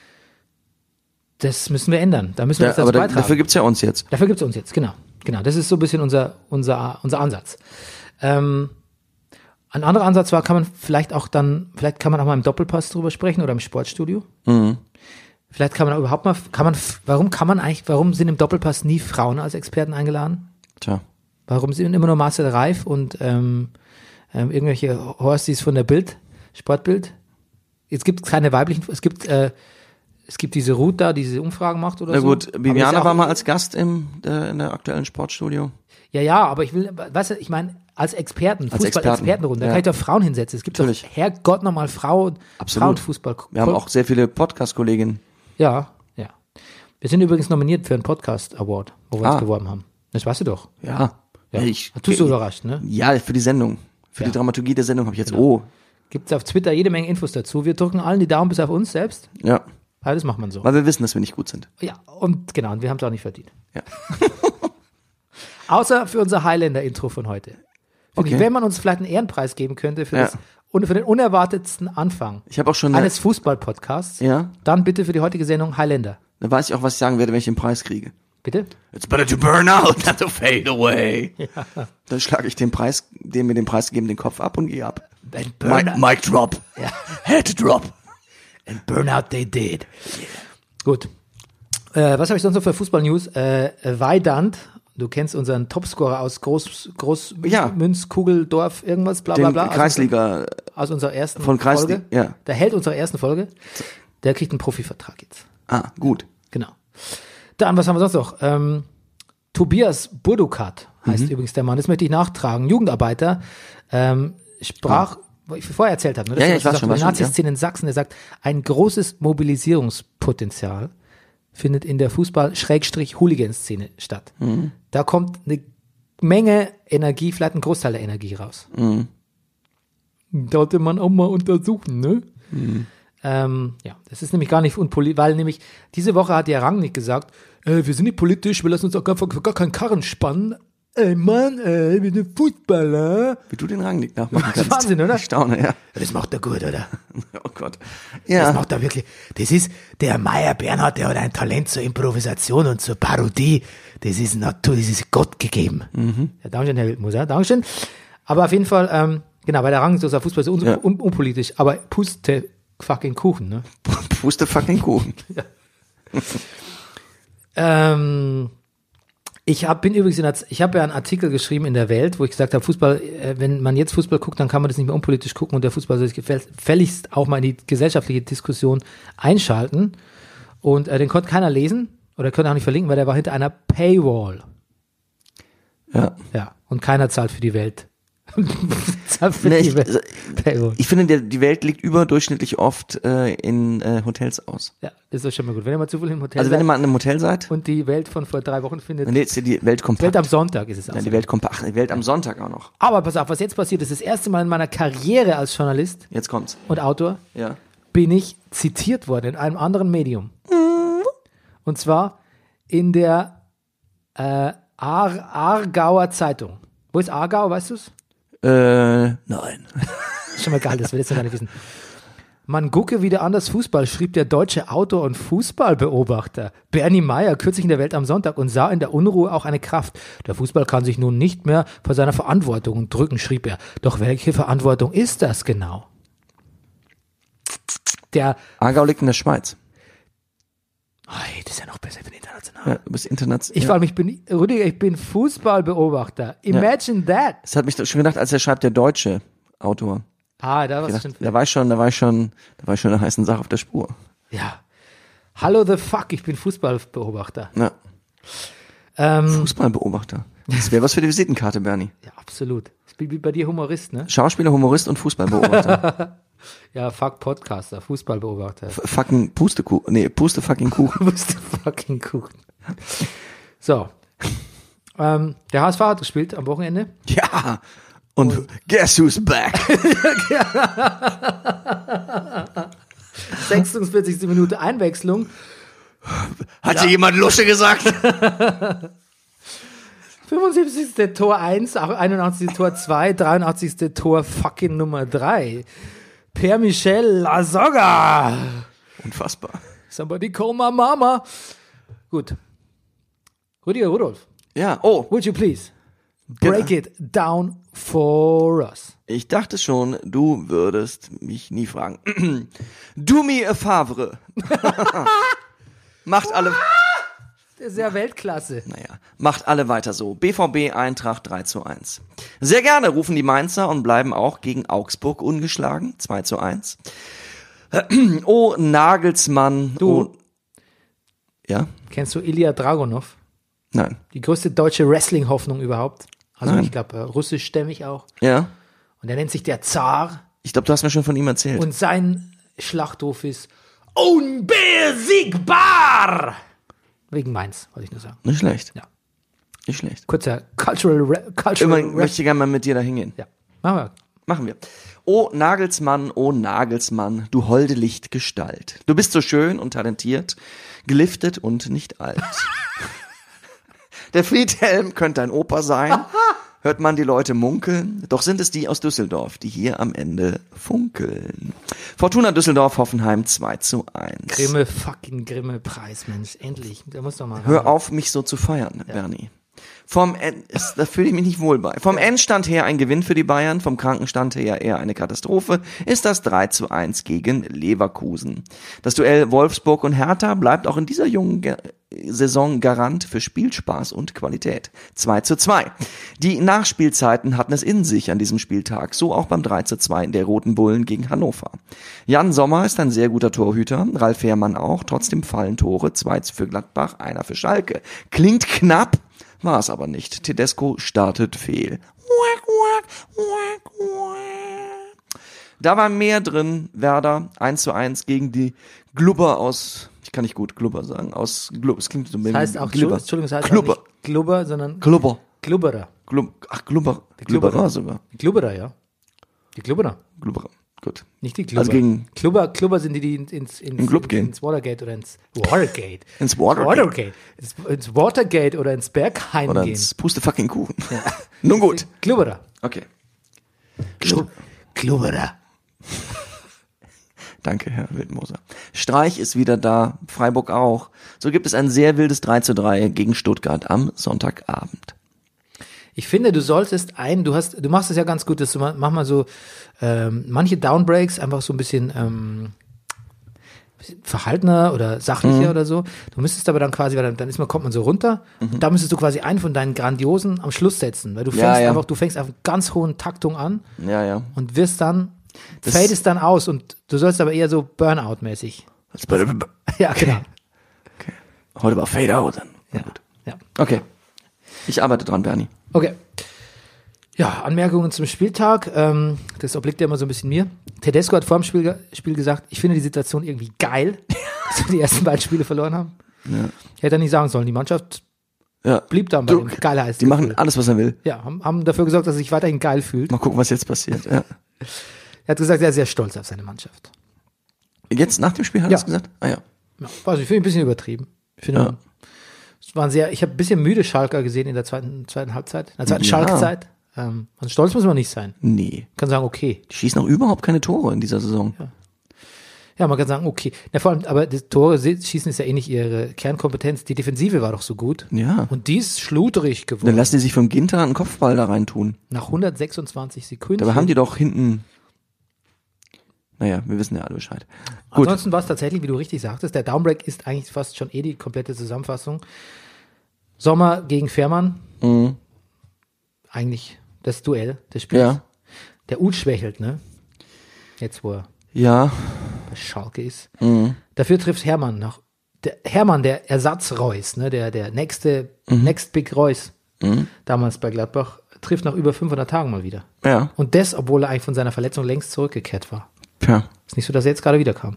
das müssen wir ändern. Da müssen wir ja jetzt dazu aber da, beitragen. dafür gibt's ja uns jetzt. Dafür gibt's uns jetzt, genau. Genau, das ist so ein bisschen unser, unser, unser Ansatz. Ähm, ein anderer Ansatz war, kann man vielleicht auch dann, vielleicht kann man auch mal im Doppelpass drüber sprechen oder im Sportstudio. Mhm. Vielleicht kann man auch überhaupt mal, kann man, warum kann man eigentlich, warum sind im Doppelpass nie Frauen als Experten eingeladen? Tja. Warum sind immer nur Marcel Reif und ähm, ähm, irgendwelche Horsties von der Bild, Sportbild? Jetzt gibt es keine weiblichen, es gibt, äh, es gibt diese Ruth da, die diese Umfragen macht oder Na so. gut, Aber ist Bibiana ja auch- war mal als Gast im äh, in der aktuellen Sportstudio. Ja, ja, aber ich will, weißt du, ich meine, als Experten, Als Fußball-Expertenrunde, da ja. kann ich doch Frauen hinsetzen. Es gibt Natürlich. doch, Herrgott, nochmal Frauen, Absolut. Frauenfußball. Wir haben auch sehr viele Podcast-Kolleginnen. Ja, ja. Wir sind übrigens nominiert für einen Podcast-Award, wo wir Ah. uns beworben haben. Das weißt du doch. Ja, Ja. Ich, Tust du ich, überrascht, ne? Ja, für die Sendung. Für Ja. die Dramaturgie der Sendung habe ich jetzt, Genau. oh, Gibt es auf Twitter jede Menge Infos dazu. Wir drücken allen die Daumen bis auf uns selbst. ja, Ja, das macht man so. weil wir wissen, dass wir nicht gut sind. Ja, und genau, und wir haben es auch nicht verdient. Ja. Außer für unser Highlander-Intro von heute. Finde Okay. ich, wenn man uns vielleicht einen Ehrenpreis geben könnte für, Ja. das, und für den unerwartetsten Anfang Ich habe auch schon, eine, eines Fußball-Podcasts, ja, dann bitte für die heutige Sendung Highlander. da weiß ich auch, was ich sagen werde, wenn ich den Preis kriege. Bitte? It's better to burn out than to fade away. Ja. Dann schlage ich den Preis, dem mir den Preis gegeben, den Kopf ab und gehe ab. And Mic, mic drop. Ja. Head drop. And Burnout they did. Gut. Äh, was habe ich sonst noch für Fußball-News? Äh, Weidand, du kennst unseren Topscorer aus Groß, Groß Ja. Münz, Kugeldorf, irgendwas, bla bla Den bla. Kreisliga. Aus unserer ersten Von Kreisli- Folge. ja. Der Held unserer ersten Folge. Der kriegt einen Profivertrag jetzt. Ah, gut. Genau. Dann, was haben wir sonst noch? Ähm, Tobias Burdukat heißt übrigens der Mann. Das möchte ich nachtragen. Jugendarbeiter. Ähm, sprach, wo ich vorher erzählt habe, ne? Ja, ja, was ich du weiß sagst, schon, über weiß die schon, Nazi-Szene in Sachsen. Der sagt, ein großes Mobilisierungspotenzial findet in der Fußball-Hooligan-Szene statt. Mhm. Da kommt eine Menge Energie, vielleicht ein Großteil der Energie raus. Mhm. Sollte man auch mal untersuchen, ne? Mhm. Ähm, ja, das ist nämlich gar nicht unpolitisch, weil nämlich diese Woche hat der Rangnick gesagt, äh, wir sind nicht politisch, wir lassen uns auch gar, gar keinen Karren spannen. Ey Mann, ey, wir sind Fußballer. Wie du den Rangnick nachmachen Das ist kannst. Wahnsinn, oder? Ich staune, ja. Das macht er gut, oder? Oh Gott. Das Ja. macht er wirklich. Das ist, der Meier Bernhard, der hat ein Talent zur Improvisation und zur Parodie. Das ist Natur, das ist Gott gegeben. Mhm. Ja, Dankeschön, Herr Wildmoser, Dankeschön. Aber auf jeden Fall, ähm, genau, weil der Rangnick ist Fußball so un Ja. un unpolitisch, aber puste fucking Kuchen, ne? Puste fucking Kuchen. Ähm, ich hab, bin übrigens, in der, ich habe ja einen Artikel geschrieben in der Welt, wo ich gesagt habe, Fußball, äh, wenn man jetzt Fußball guckt, dann kann man das nicht mehr unpolitisch gucken und der Fußball soll sich gefälligst auch mal in die gesellschaftliche Diskussion einschalten. Und äh, den konnte keiner lesen oder konnte auch nicht verlinken, weil der war hinter einer Paywall. Ja. Ja, und keiner zahlt für die Welt. zahlt für Nee, die ich, Welt. Paywall. ich finde, der, die Welt liegt überdurchschnittlich oft äh, in äh, Hotels aus. Ja, ist doch schon mal gut. Wenn ihr mal zu viel im Hotel Also wenn ihr seid mal in einem Hotel seid, und die Welt von vor drei Wochen findet, dann ist die Welt kompakt. Welt am Sonntag ist es auch. ja, so. die Welt kompakt. Ach, die Welt am Sonntag auch noch. Aber pass auf, was jetzt passiert ist, das erste Mal in meiner Karriere als Journalist Jetzt kommt's. und Autor Ja. bin ich zitiert worden in einem anderen Medium. Und zwar in der äh, Aar Aargauer Zeitung. Wo ist Aargau, weißt du's? Äh, nein. Ist schon mal geil, das will ich ja gar nicht wissen. Man gucke wieder anders Fußball, schrieb der deutsche Autor und Fußballbeobachter Bernie Meyer kürzlich in der Welt am Sonntag und sah in der Unruhe auch eine Kraft. Der Fußball kann sich nun nicht mehr vor seiner Verantwortung drücken, schrieb er. Doch welche Verantwortung ist das genau? Der, Aargau liegt in der Schweiz. Ei, das ist ja noch besser, ich bin international. Ja, du bist international. Ich ja. vor allem, ich bin, Rüdiger, ich bin Fußballbeobachter. Imagine that. Das hat mich doch schon gedacht, als er schreibt, der deutsche Autor. Ah, da Ich war es dachte, schon. da war ich schon, da war ich schon, da war ich schon in der heißen Sache auf der Spur. Ja. Hallo the fuck, ich bin Fußballbeobachter. Ja. Ähm, Fußballbeobachter. Das wäre was für die Visitenkarte, Bernie. ja, absolut. Ich bin wie bei dir Humorist, ne? Schauspieler, Humorist und Fußballbeobachter. Ja, fuck Podcaster, Fußballbeobachter. F- fucking Pustekuchen. Nee, Puste fucking Kuchen. Wusste fucking Kuchen. So. Ähm, der H S V hat gespielt am Wochenende. Ja. Und guess who's back? sechsundvierzigste Minute Einwechslung. Hat hier jemand Lusche gesagt? fünfundsiebzigste Tor eins, einundachtzigste Tor zwei, dreiundachtzigste Tor fucking Nummer drei. Pierre-Michel Lasogga. Unfassbar. Somebody call my mama. Gut. Rüdiger Rudolf, Ja, oh. would you please break it down for us? Ich dachte schon, du würdest mich nie fragen. Do me a favre. Macht alle, Der ist ja Weltklasse. naja, macht alle weiter so. B V B Eintracht drei zu eins. Sehr gerne rufen die Mainzer und bleiben auch gegen Augsburg ungeschlagen. zwei zu eins. Oh, Nagelsmann. Du. Oh, ja? Kennst du Ilya Dragunov? Nein. Die größte deutsche Wrestling-Hoffnung überhaupt. Also Nein. ich glaube, äh, russischstämmig auch. Ja? Und er nennt sich der Zar. Ich glaube, du hast mir schon von ihm erzählt. Und sein Schlachtruf ist unbesiegbar. Wegen Mainz, wollte ich nur sagen. Nicht schlecht. Ja. Nicht schlecht. Kurzer Cultural, Ra- Cultural Immer möchte ich gerne mal mit dir da hingehen. Ja, machen wir. Machen wir. Oh Nagelsmann, oh Nagelsmann, du holde Lichtgestalt. Du bist so schön und talentiert, geliftet und nicht alt. Der Friedhelm könnte ein Opa sein, hört man die Leute munkeln, doch sind es die aus Düsseldorf, die hier am Ende funkeln. Fortuna Düsseldorf, Hoffenheim zwei zu eins. Grimme, fucking Grimme Preis, Mensch, endlich. Da muss doch mal Hör ran. auf, mich so zu feiern, Bernie. Vom End, ist- da fühle ich mich nicht wohl bei. Vom Endstand her ein Gewinn für die Bayern, vom Krankenstand her eher eine Katastrophe, ist das drei zu eins gegen Leverkusen. Das Duell Wolfsburg und Hertha bleibt auch in dieser jungen Ge- Saison Garant für Spielspaß und Qualität. zwei zu zwei. Die Nachspielzeiten hatten es in sich an diesem Spieltag, so auch beim drei zu zwei der Roten Bullen gegen Hannover. Jan Sommer ist ein sehr guter Torhüter, Ralf Fährmann auch, trotzdem fallen Tore, zwei für Gladbach, einer für Schalke. Klingt knapp, war es aber nicht. Tedesco startet fehl. Da war mehr drin. Werder eins zu eins gegen die Glubber aus, ich kann nicht gut Glubber sagen, aus Glubber, es klingt so Das heißt auch, Glubber. Entschuldigung, das heißt Glubber. auch nicht Glubber, sondern Glubber. Glubberer. Glub, ach, Glubber. Glubberer. Glubberer sogar. Die Glubberer, ja. Die Glubberer. Glubberer. Gut. Nicht die Glubber. Also gegen- Klubber, Klubber sind die, die ins, ins, ins, Club ins, gehen. ins Watergate oder ins Watergate. Ins Watergate. Watergate. Ins, ins Watergate oder ins Berghain Oder gehen. ins Puste fucking Kuchen. Nun gut. Klubberer. Okay. Klub, Klubberer. Danke, Herr Wildmoser. Streich ist wieder da, Freiburg auch. So gibt es ein sehr wildes drei zu drei gegen Stuttgart am Sonntagabend. Ich finde, du solltest ein, du hast, du machst es ja ganz gut, dass du ma- mach mal so ähm, manche Downbreaks einfach so ein bisschen, ähm, bisschen verhaltener oder sachlicher Mhm. oder so. Du müsstest aber dann quasi, weil dann, dann ist man, kommt man so runter und da müsstest du quasi einen von deinen grandiosen am Schluss setzen, weil du Ja, fängst ja. einfach, du fängst auf ganz hohen Taktung an Ja, ja. und wirst dann, Das- fadest dann aus und du sollst aber eher so Burnout-mäßig. Ja, genau. Heute war Fade Out dann. Ja, ja. Okay. Ich arbeite dran, Bernie. Okay. Ja, Anmerkungen zum Spieltag. Ähm, das obliegt ja immer so ein bisschen mir. Tedesco hat vor dem Spiel, ge- Spiel gesagt, ich finde die Situation irgendwie geil, dass wir die ersten beiden Spiele verloren haben. Ja. Ich hätte nicht sagen sollen, die Mannschaft Ja. blieb dann bei Du, dem Geilheit. Die machen alles, was er will. Ja, haben, haben dafür gesorgt, dass er sich weiterhin geil fühlt. Mal gucken, was jetzt passiert. Ja. Er hat gesagt, er ist sehr stolz auf seine Mannschaft. Jetzt nach dem Spiel hat er Ja. es gesagt? Ah ja. Ja, weiß ich, finde ich ein bisschen übertrieben. Ich finde, Ja. es waren sehr, ich habe ein bisschen müde Schalker gesehen in der zweiten, zweiten Halbzeit, in der zweiten Ja. Schalkzeit. Ähm, also stolz muss man nicht sein. Nee. Man kann sagen, okay. Die schießen auch überhaupt keine Tore in dieser Saison. Ja, man kann sagen, okay. Na, vor allem, aber das Tore se- schießen ist ja eh nicht ihre Kernkompetenz. Die Defensive war doch so gut. Ja. Und die ist schludrig Dann geworden. lassen die sich vom Ginter einen Kopfball da rein tun. Nach hundertsechsundzwanzig Sekunden. Dabei haben die doch hinten. Naja, wir wissen ja alle Bescheid. Gut. Ansonsten war es tatsächlich, wie du richtig sagtest, der Downbreak ist eigentlich fast schon eh die komplette Zusammenfassung. Sommer gegen Fährmann. Mhm. Eigentlich das Duell des Spiels. Ja. Der Uth schwächelt, ne? Jetzt, wo er Ja. bei Schalke ist. Mhm. Dafür trifft Hermann noch. Der Hermann, der Ersatz Reus, ne? Der, der nächste, Mhm. Next Big Reus. Damals bei Gladbach, trifft nach über fünfhundert Tagen mal wieder. Ja. Und das, obwohl er eigentlich von seiner Verletzung längst zurückgekehrt war. Ja. Ist nicht so, dass er jetzt gerade wiederkam.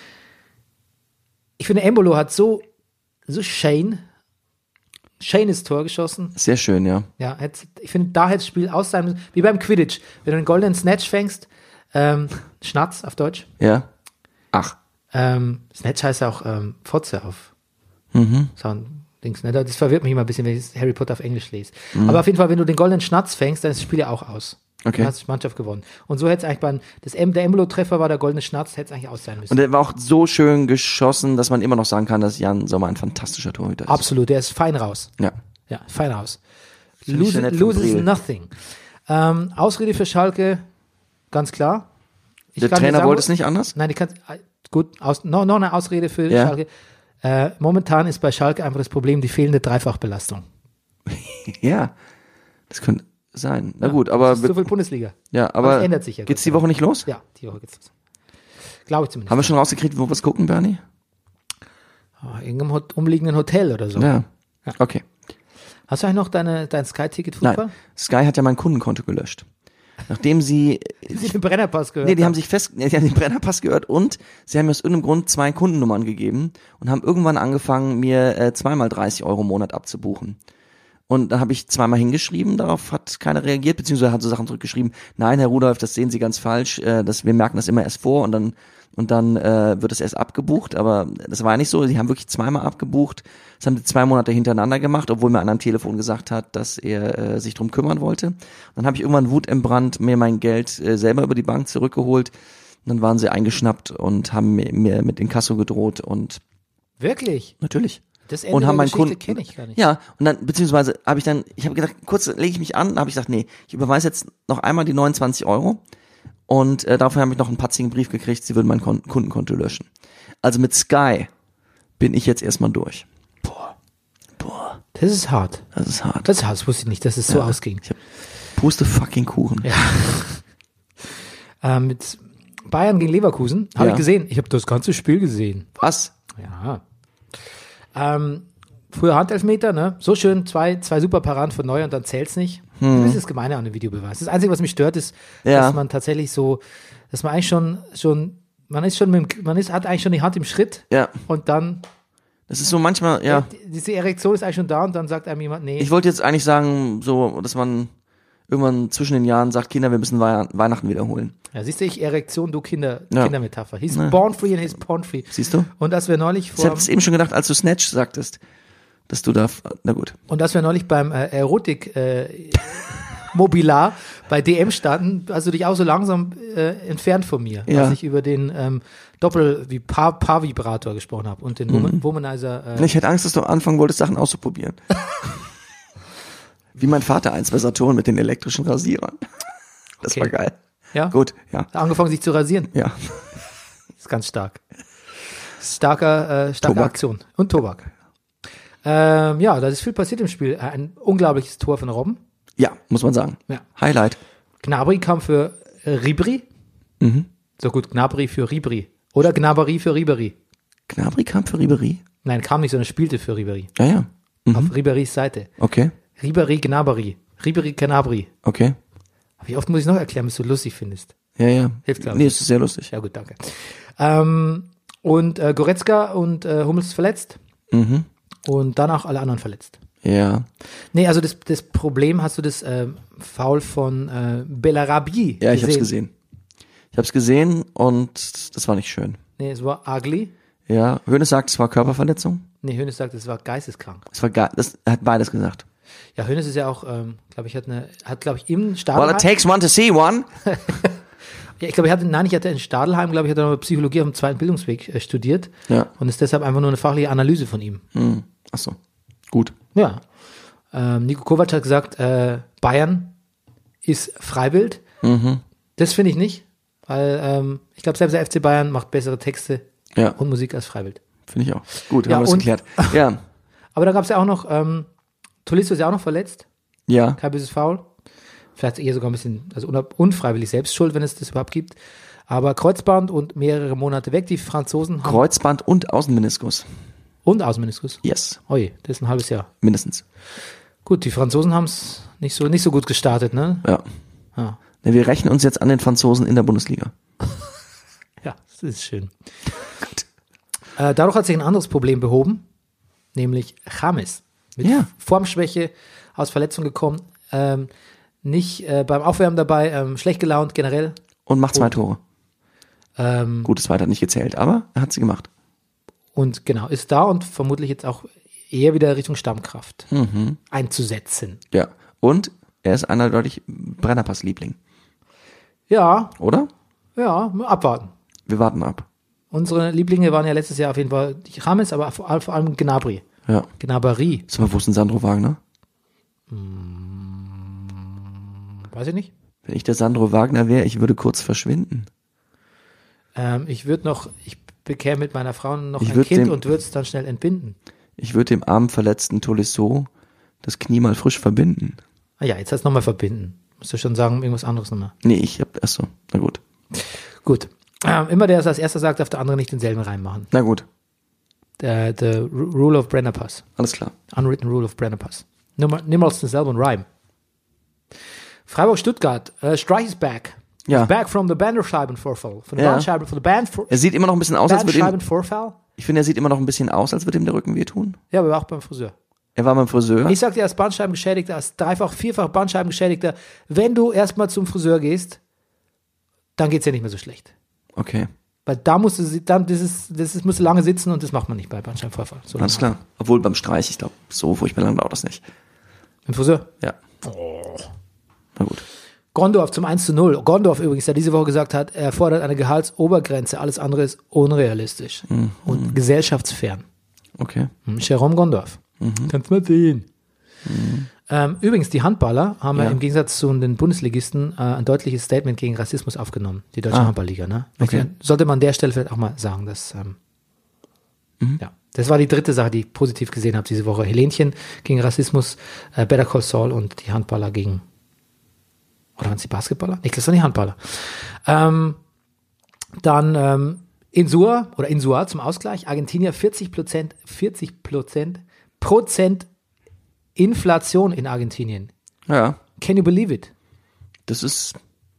Ich finde, Embolo hat so, so schön, schönes Tor geschossen. Sehr schön, ja. Ja, hätte- ich finde, da hätte das Spiel aus sein müssen, wie beim Quidditch. Wenn du einen goldenen Snatch fängst, ähm, Schnatz auf Deutsch, Ja. Ach. ähm, Snatch heißt ja auch ähm, Fotze auf Mhm. Sound-Dings. Ne? Das verwirrt mich immer ein bisschen, wenn ich Harry Potter auf Englisch lese. Aber auf jeden Fall, wenn du den goldenen Schnatz fängst, dann ist das Spiel ja auch aus. Okay. Dann hast du die Mannschaft gewonnen. Und so hätte es eigentlich beim, das M, der Embolo-Treffer war der goldene Schnatz, hätte es eigentlich aus sein müssen. Und der war auch so schön geschossen, dass man immer noch sagen kann, dass Jan Sommer ein fantastischer Torhüter ist. Absolut, der ist fein raus. Ja. Ja, fein raus. ich Lose, sehr nett von loses Briel. nothing. Ähm, Ausrede für Schalke, ganz klar. Ich Der kann dir Trainer sagen, wollte es nicht anders? Nein, ich kann, gut, aus, noch, noch eine Ausrede für Ja. Schalke. Äh, momentan ist bei Schalke einfach das Problem die fehlende Dreifachbelastung. Ja. Das könnte sein. Na gut, aber, Das ist so viel Bundesliga. ja, Aber aber es ändert sich ja, geht's Gott die sei Woche nicht los? Ja, die Woche geht's los. Glaube ich zumindest. Haben wir schon rausgekriegt, wo wir es gucken, Bernie? Ah, irgendeinem Hot- umliegenden Hotel oder so. Ja. Okay. Hast du eigentlich noch deine, dein Sky-Ticket Nein. Fußball? Sky hat ja mein Kundenkonto gelöscht. Nachdem sie, Sie den Brennerpass gehört nee, die haben haben. sich fest, die haben den Brennerpass gehört und sie haben mir aus irgendeinem Grund zwei Kundennummern gegeben und haben irgendwann angefangen, mir äh, zweimal dreißig Euro im Monat abzubuchen. Und dann habe ich zweimal hingeschrieben, darauf hat keiner reagiert, beziehungsweise hat so Sachen zurückgeschrieben, nein, Herr Rudolph, das sehen Sie ganz falsch, äh, das, wir merken das immer erst vor und dann und dann äh, wird es erst abgebucht, aber das war nicht so, sie haben wirklich zweimal abgebucht, das haben sie zwei Monate hintereinander gemacht, obwohl mir einer am Telefon gesagt hat, dass er äh, sich drum kümmern wollte. Dann habe ich irgendwann wutentbrannt mir mein Geld äh, selber über die Bank zurückgeholt und dann waren sie eingeschnappt und haben mir, mir mit Inkasso gedroht und Wirklich? natürlich. Das Ende und haben der meinen Geschichte Kunden, kenne ich gar nicht. ja, und dann, beziehungsweise habe ich dann, ich habe gedacht, kurz lege ich mich an, habe ich gesagt, nee, ich überweise jetzt noch einmal die neunundzwanzig Euro und äh, dafür habe ich noch einen patzigen Brief gekriegt, sie würden mein Kon- Kundenkonto löschen. Also mit Sky bin ich jetzt erstmal durch. Boah, boah, Das ist hart. das ist hart. Das ist hart, das wusste ich nicht, dass es so Ja. ausging. Ich hab Puste fucking Kuchen. Ja. ähm, mit Bayern gegen Leverkusen habe Ja. ich gesehen. Ich habe das ganze Spiel gesehen. Was? Ja. Ähm, früher Handelfmeter, ne? So schön, zwei, zwei super Paraden von Neuer und dann zählt's nicht. Das ist das Gemeine an dem Videobeweis. Das Einzige, was mich stört, ist, Ja. dass man tatsächlich so, dass man eigentlich schon, schon, man ist schon mit dem, man ist, hat eigentlich schon die Hand im Schritt Ja, und dann, das ist so manchmal, ja. die- diese Erektion ist eigentlich schon da und dann sagt einem jemand, nee. Ich wollte jetzt eigentlich sagen, so, dass man irgendwann zwischen den Jahren sagt, Kinder, wir müssen Wei- Weihnachten wiederholen. Ja, siehst du, ich Erektion, du Kinder, Ja. Kindermetapher. He's Ja. born free and he's porn free. Siehst du? Und als wir neulich Ich vor, habe es eben schon gedacht, als du Snatch sagtest, dass du da, na gut. und als wir neulich beim äh, Erotik äh, Mobilar bei D M standen, hast du dich auch so langsam äh, entfernt von mir, Ja. als ich über den ähm, Doppel- wie Paar- Paar-Vibrator gesprochen habe und den Woman- Womanizer. Äh, Ich hätte Angst, dass du anfangen wolltest, Sachen auszuprobieren. Wie mein Vater eins bei Saturn mit den elektrischen Rasierern. Das Okay. war geil. ja? Gut, ja, Angefangen, sich zu rasieren. ja. Das ist ganz stark. Starker, äh, starke Tobak. Aktion. Und Tobak. Ähm, ja, da ist viel passiert im Spiel. Ein unglaubliches Tor von Robben. Ja, muss man sagen. Ja. Highlight. Gnabry kam für äh, Ribéry. Mhm. So gut, Gnabry für Ribéry. Oder Gnabry für Ribéry. Gnabry kam für Ribéry? Nein, kam nicht, sondern spielte für Ribéry. Ja, ja. Mhm. Auf Ribérys Seite. Okay, Ribéry Gnabry. Ribéry Gnabry. okay. Wie oft muss ich noch erklären, bis du lustig findest? Ja, ja. Hilft, glaub ich. Nee, es ist sehr lustig. Ja gut, danke. Ähm, und äh, Goretzka und äh, Hummels verletzt. Mhm. Und danach alle anderen verletzt. Ja. Nee, also das, das Problem, hast du das ähm, Foul von äh, Bellarabi Ja, ich hab's gesehen. Ich hab's gesehen und das war nicht schön. Nee, es war ugly. Ja, Hoeneß sagt, es war Körperverletzung. Nee, Hoeneß sagt, es war geisteskrank. Es war geil. Das er hat beides gesagt. Ja, Hoeneß ist ja auch, ähm, glaube ich, hat eine, hat, glaube ich, im Well, Stadelheim. it takes one to see one. Ja, ich glaube, er hatte, nein, ich hatte in Stadelheim, glaube ich, hat er noch Psychologie auf dem zweiten Bildungsweg äh, studiert. Ja. Und ist deshalb einfach nur eine fachliche Analyse von ihm. Hm. Ach so. Gut. Ja. Ähm, Nico Kovac hat gesagt, äh, Bayern ist Freiwild. Mhm. Das finde ich nicht, weil ähm, ich glaube, selbst der F C Bayern macht bessere Texte Ja, und Musik als Freiwild. finde ich auch. Gut, Ja, haben wir das und- geklärt. Ja. Aber da gab es ja auch noch, ähm, Tolisso ist ja auch noch verletzt. Ja. Kein böses Foul. Vielleicht eher sogar ein bisschen, also un- unfreiwillig selbst schuld, wenn es das überhaupt gibt. Aber Kreuzband und mehrere Monate weg. Die Franzosen haben Kreuzband und Außenmeniskus. und Außenmeniskus. Yes. Oi, das ist ein halbes Jahr. Mindestens. Gut, die Franzosen haben es nicht so, nicht so gut gestartet, ne? Ja. Ja. Ne, wir rechnen uns jetzt an den Franzosen in der Bundesliga. Ja, das ist schön. Äh, dadurch hat sich ein anderes Problem behoben, nämlich James. Mit Ja. Formschwäche, aus Verletzung gekommen, ähm, nicht äh, beim Aufwärmen dabei, ähm, schlecht gelaunt generell. Und macht zwei Und- Tore. Ähm, Gut, das weiter nicht gezählt, aber er hat sie gemacht. und genau, ist da und vermutlich jetzt auch eher wieder Richtung Stammkraft Mhm. einzusetzen. Ja. Und er ist eindeutig Brennerpass-Liebling, Ja, oder? ja, abwarten. Wir warten ab. Unsere Lieblinge waren ja letztes Jahr auf jeden Fall die James, aber vor allem, vor allem Gnabry. Ja. Gnabry, Sag mal, wo ist denn Sandro Wagner? weiß ich nicht. Wenn ich der Sandro Wagner wäre, ich würde kurz verschwinden. Ähm, ich würde noch, ich bekäme mit meiner Frau noch Ich ein würd Kind dem- und würde es dann schnell entbinden. Ich würde dem armen, verletzten Tolisso das Knie mal frisch verbinden. Ah ja, jetzt heißt nochmal verbinden. Musst du schon sagen, irgendwas anderes nochmal. Nee, ich hab, achso, na gut. Gut. Ähm, immer der es als erster sagt, darf der andere nicht denselben reinmachen. Na gut, Der, the Ru- Rule of Brennerpass. alles klar. Unwritten Rule of Brennerpass. Nimm- Niemals denselben Reim. Freiburg-Stuttgart. Uh, Streich is back. Ja. He's back from the Bandscheibenvorfall. Von der Ja. Bandscheiben, von der Band, Er sieht immer noch ein bisschen aus, als würde ihm, Bandscheibenvorfall. ich finde, er sieht immer noch ein bisschen aus, als würde ihm der Rücken wehtun. Ja, aber auch beim Friseur. Er war beim Friseur. Ich sag dir als Bandscheibengeschädigter, als dreifach, vierfach Bandscheibengeschädigter, wenn du erstmal zum Friseur gehst, dann geht's dir nicht mehr so schlecht. Okay. Weil da musst du, dann, das ist, das ist, musst du lange sitzen und das macht man nicht bei Bandscheibenvorfall. So Alles lange. klar. Obwohl beim Streich, ich glaube, so furchtbar lang dauert das nicht. Im Friseur? Ja. Na gut. Gondorf zum eins zu null. Gondorf übrigens, der diese Woche gesagt hat, er fordert eine Gehaltsobergrenze. Alles andere ist unrealistisch Mhm. und gesellschaftsfern. Okay. Hm, Jerome Gondorf. Kannst mal sehen. Ähm, übrigens, die Handballer haben ja. Ja. im Gegensatz zu den Bundesligisten äh, ein deutliches Statement gegen Rassismus aufgenommen. Die Deutsche Ah. Handballliga. Ne? Okay. Sollte man an der Stelle vielleicht auch mal sagen, dass ähm, ja, das war die dritte Sache, die ich positiv gesehen habe diese Woche. Helenchen gegen Rassismus, äh, Better Call Saul und die Handballer gegen, oder waren es die Basketballer? Nee, das waren die Handballer. Ähm, dann ähm, Insua oder Insua zum Ausgleich. Argentinier vierzig Prozent, vierzig Prozent, Prozent Inflation in Argentinien. Ja, Can you believe it? das ist,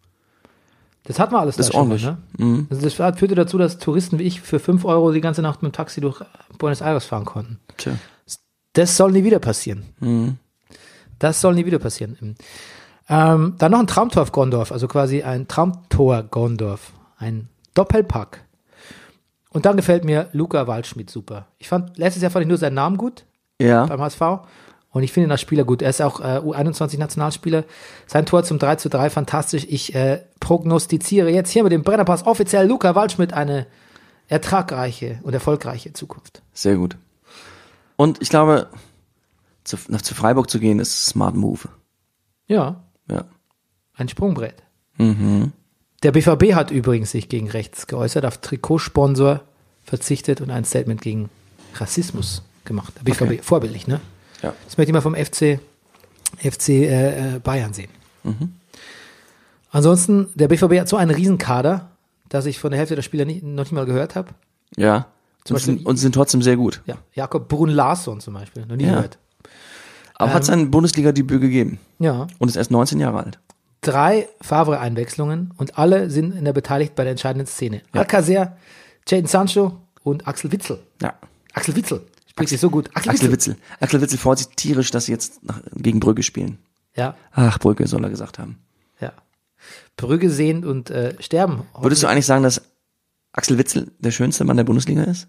Das hatten wir alles das da ist schon mal, ordentlich. ne? Mhm. Also das war- führte dazu, dass Touristen wie ich für fünf Euro die ganze Nacht mit dem Taxi durch Buenos Aires fahren konnten. Tja. Das soll nie wieder passieren. Mhm. Das soll nie wieder passieren. Ähm, dann noch ein Traumtor auf Gondorf, also quasi ein Traumtor Gondorf. Ein Doppelpack. Und dann gefällt mir Luca Waldschmidt super. Ich fand, letztes Jahr fand ich nur seinen Namen gut Ja. beim H S V. Und ich finde ihn als Spieler gut. Er ist auch äh, U einundzwanzig-Nationalspieler. Sein Tor zum drei zu drei, fantastisch. Ich äh, prognostiziere jetzt hier mit dem Brennerpass offiziell Luca Waldschmidt eine ertragreiche und erfolgreiche Zukunft. Sehr gut. Und ich glaube, zu, nach zu Freiburg zu gehen, ist ein smart Move. Ja, Ja. ein Sprungbrett. Mhm. Der B V B hat übrigens sich gegen rechts geäußert, auf Trikotsponsor verzichtet und ein Statement gegen Rassismus gemacht. Der B V B, Okay. vorbildlich, ne? Ja. Das möchte ich mal vom F C, F C äh, äh, Bayern sehen. Mhm. Ansonsten, der B V B hat so einen Riesenkader, dass ich von der Hälfte der Spieler nicht, noch nicht mal gehört habe. Ja. Zum Und sind, Beispiel- und sind trotzdem sehr gut. Ja, Jakob Brun-Larsson zum Beispiel, noch nie Ja. gehört. Aber hat sein Bundesliga-Debüt gegeben. Ja, Und ist erst neunzehn Jahre alt. drei Favre-Einwechslungen und alle sind in der beteiligt bei der entscheidenden Szene. Alcacer, Jadon Sancho und Axel Witsel. Ja. Axel Witsel spricht sich so gut. Axel, Axel Witsel. Witzel. Axel Witzel freut sich tierisch, dass sie jetzt nach, gegen Brügge spielen. Ja, Ach, Brügge soll er gesagt haben. ja. Brügge sehen und äh, sterben. Würdest du eigentlich sagen, dass Axel Witzel der schönste Mann der Bundesliga ist?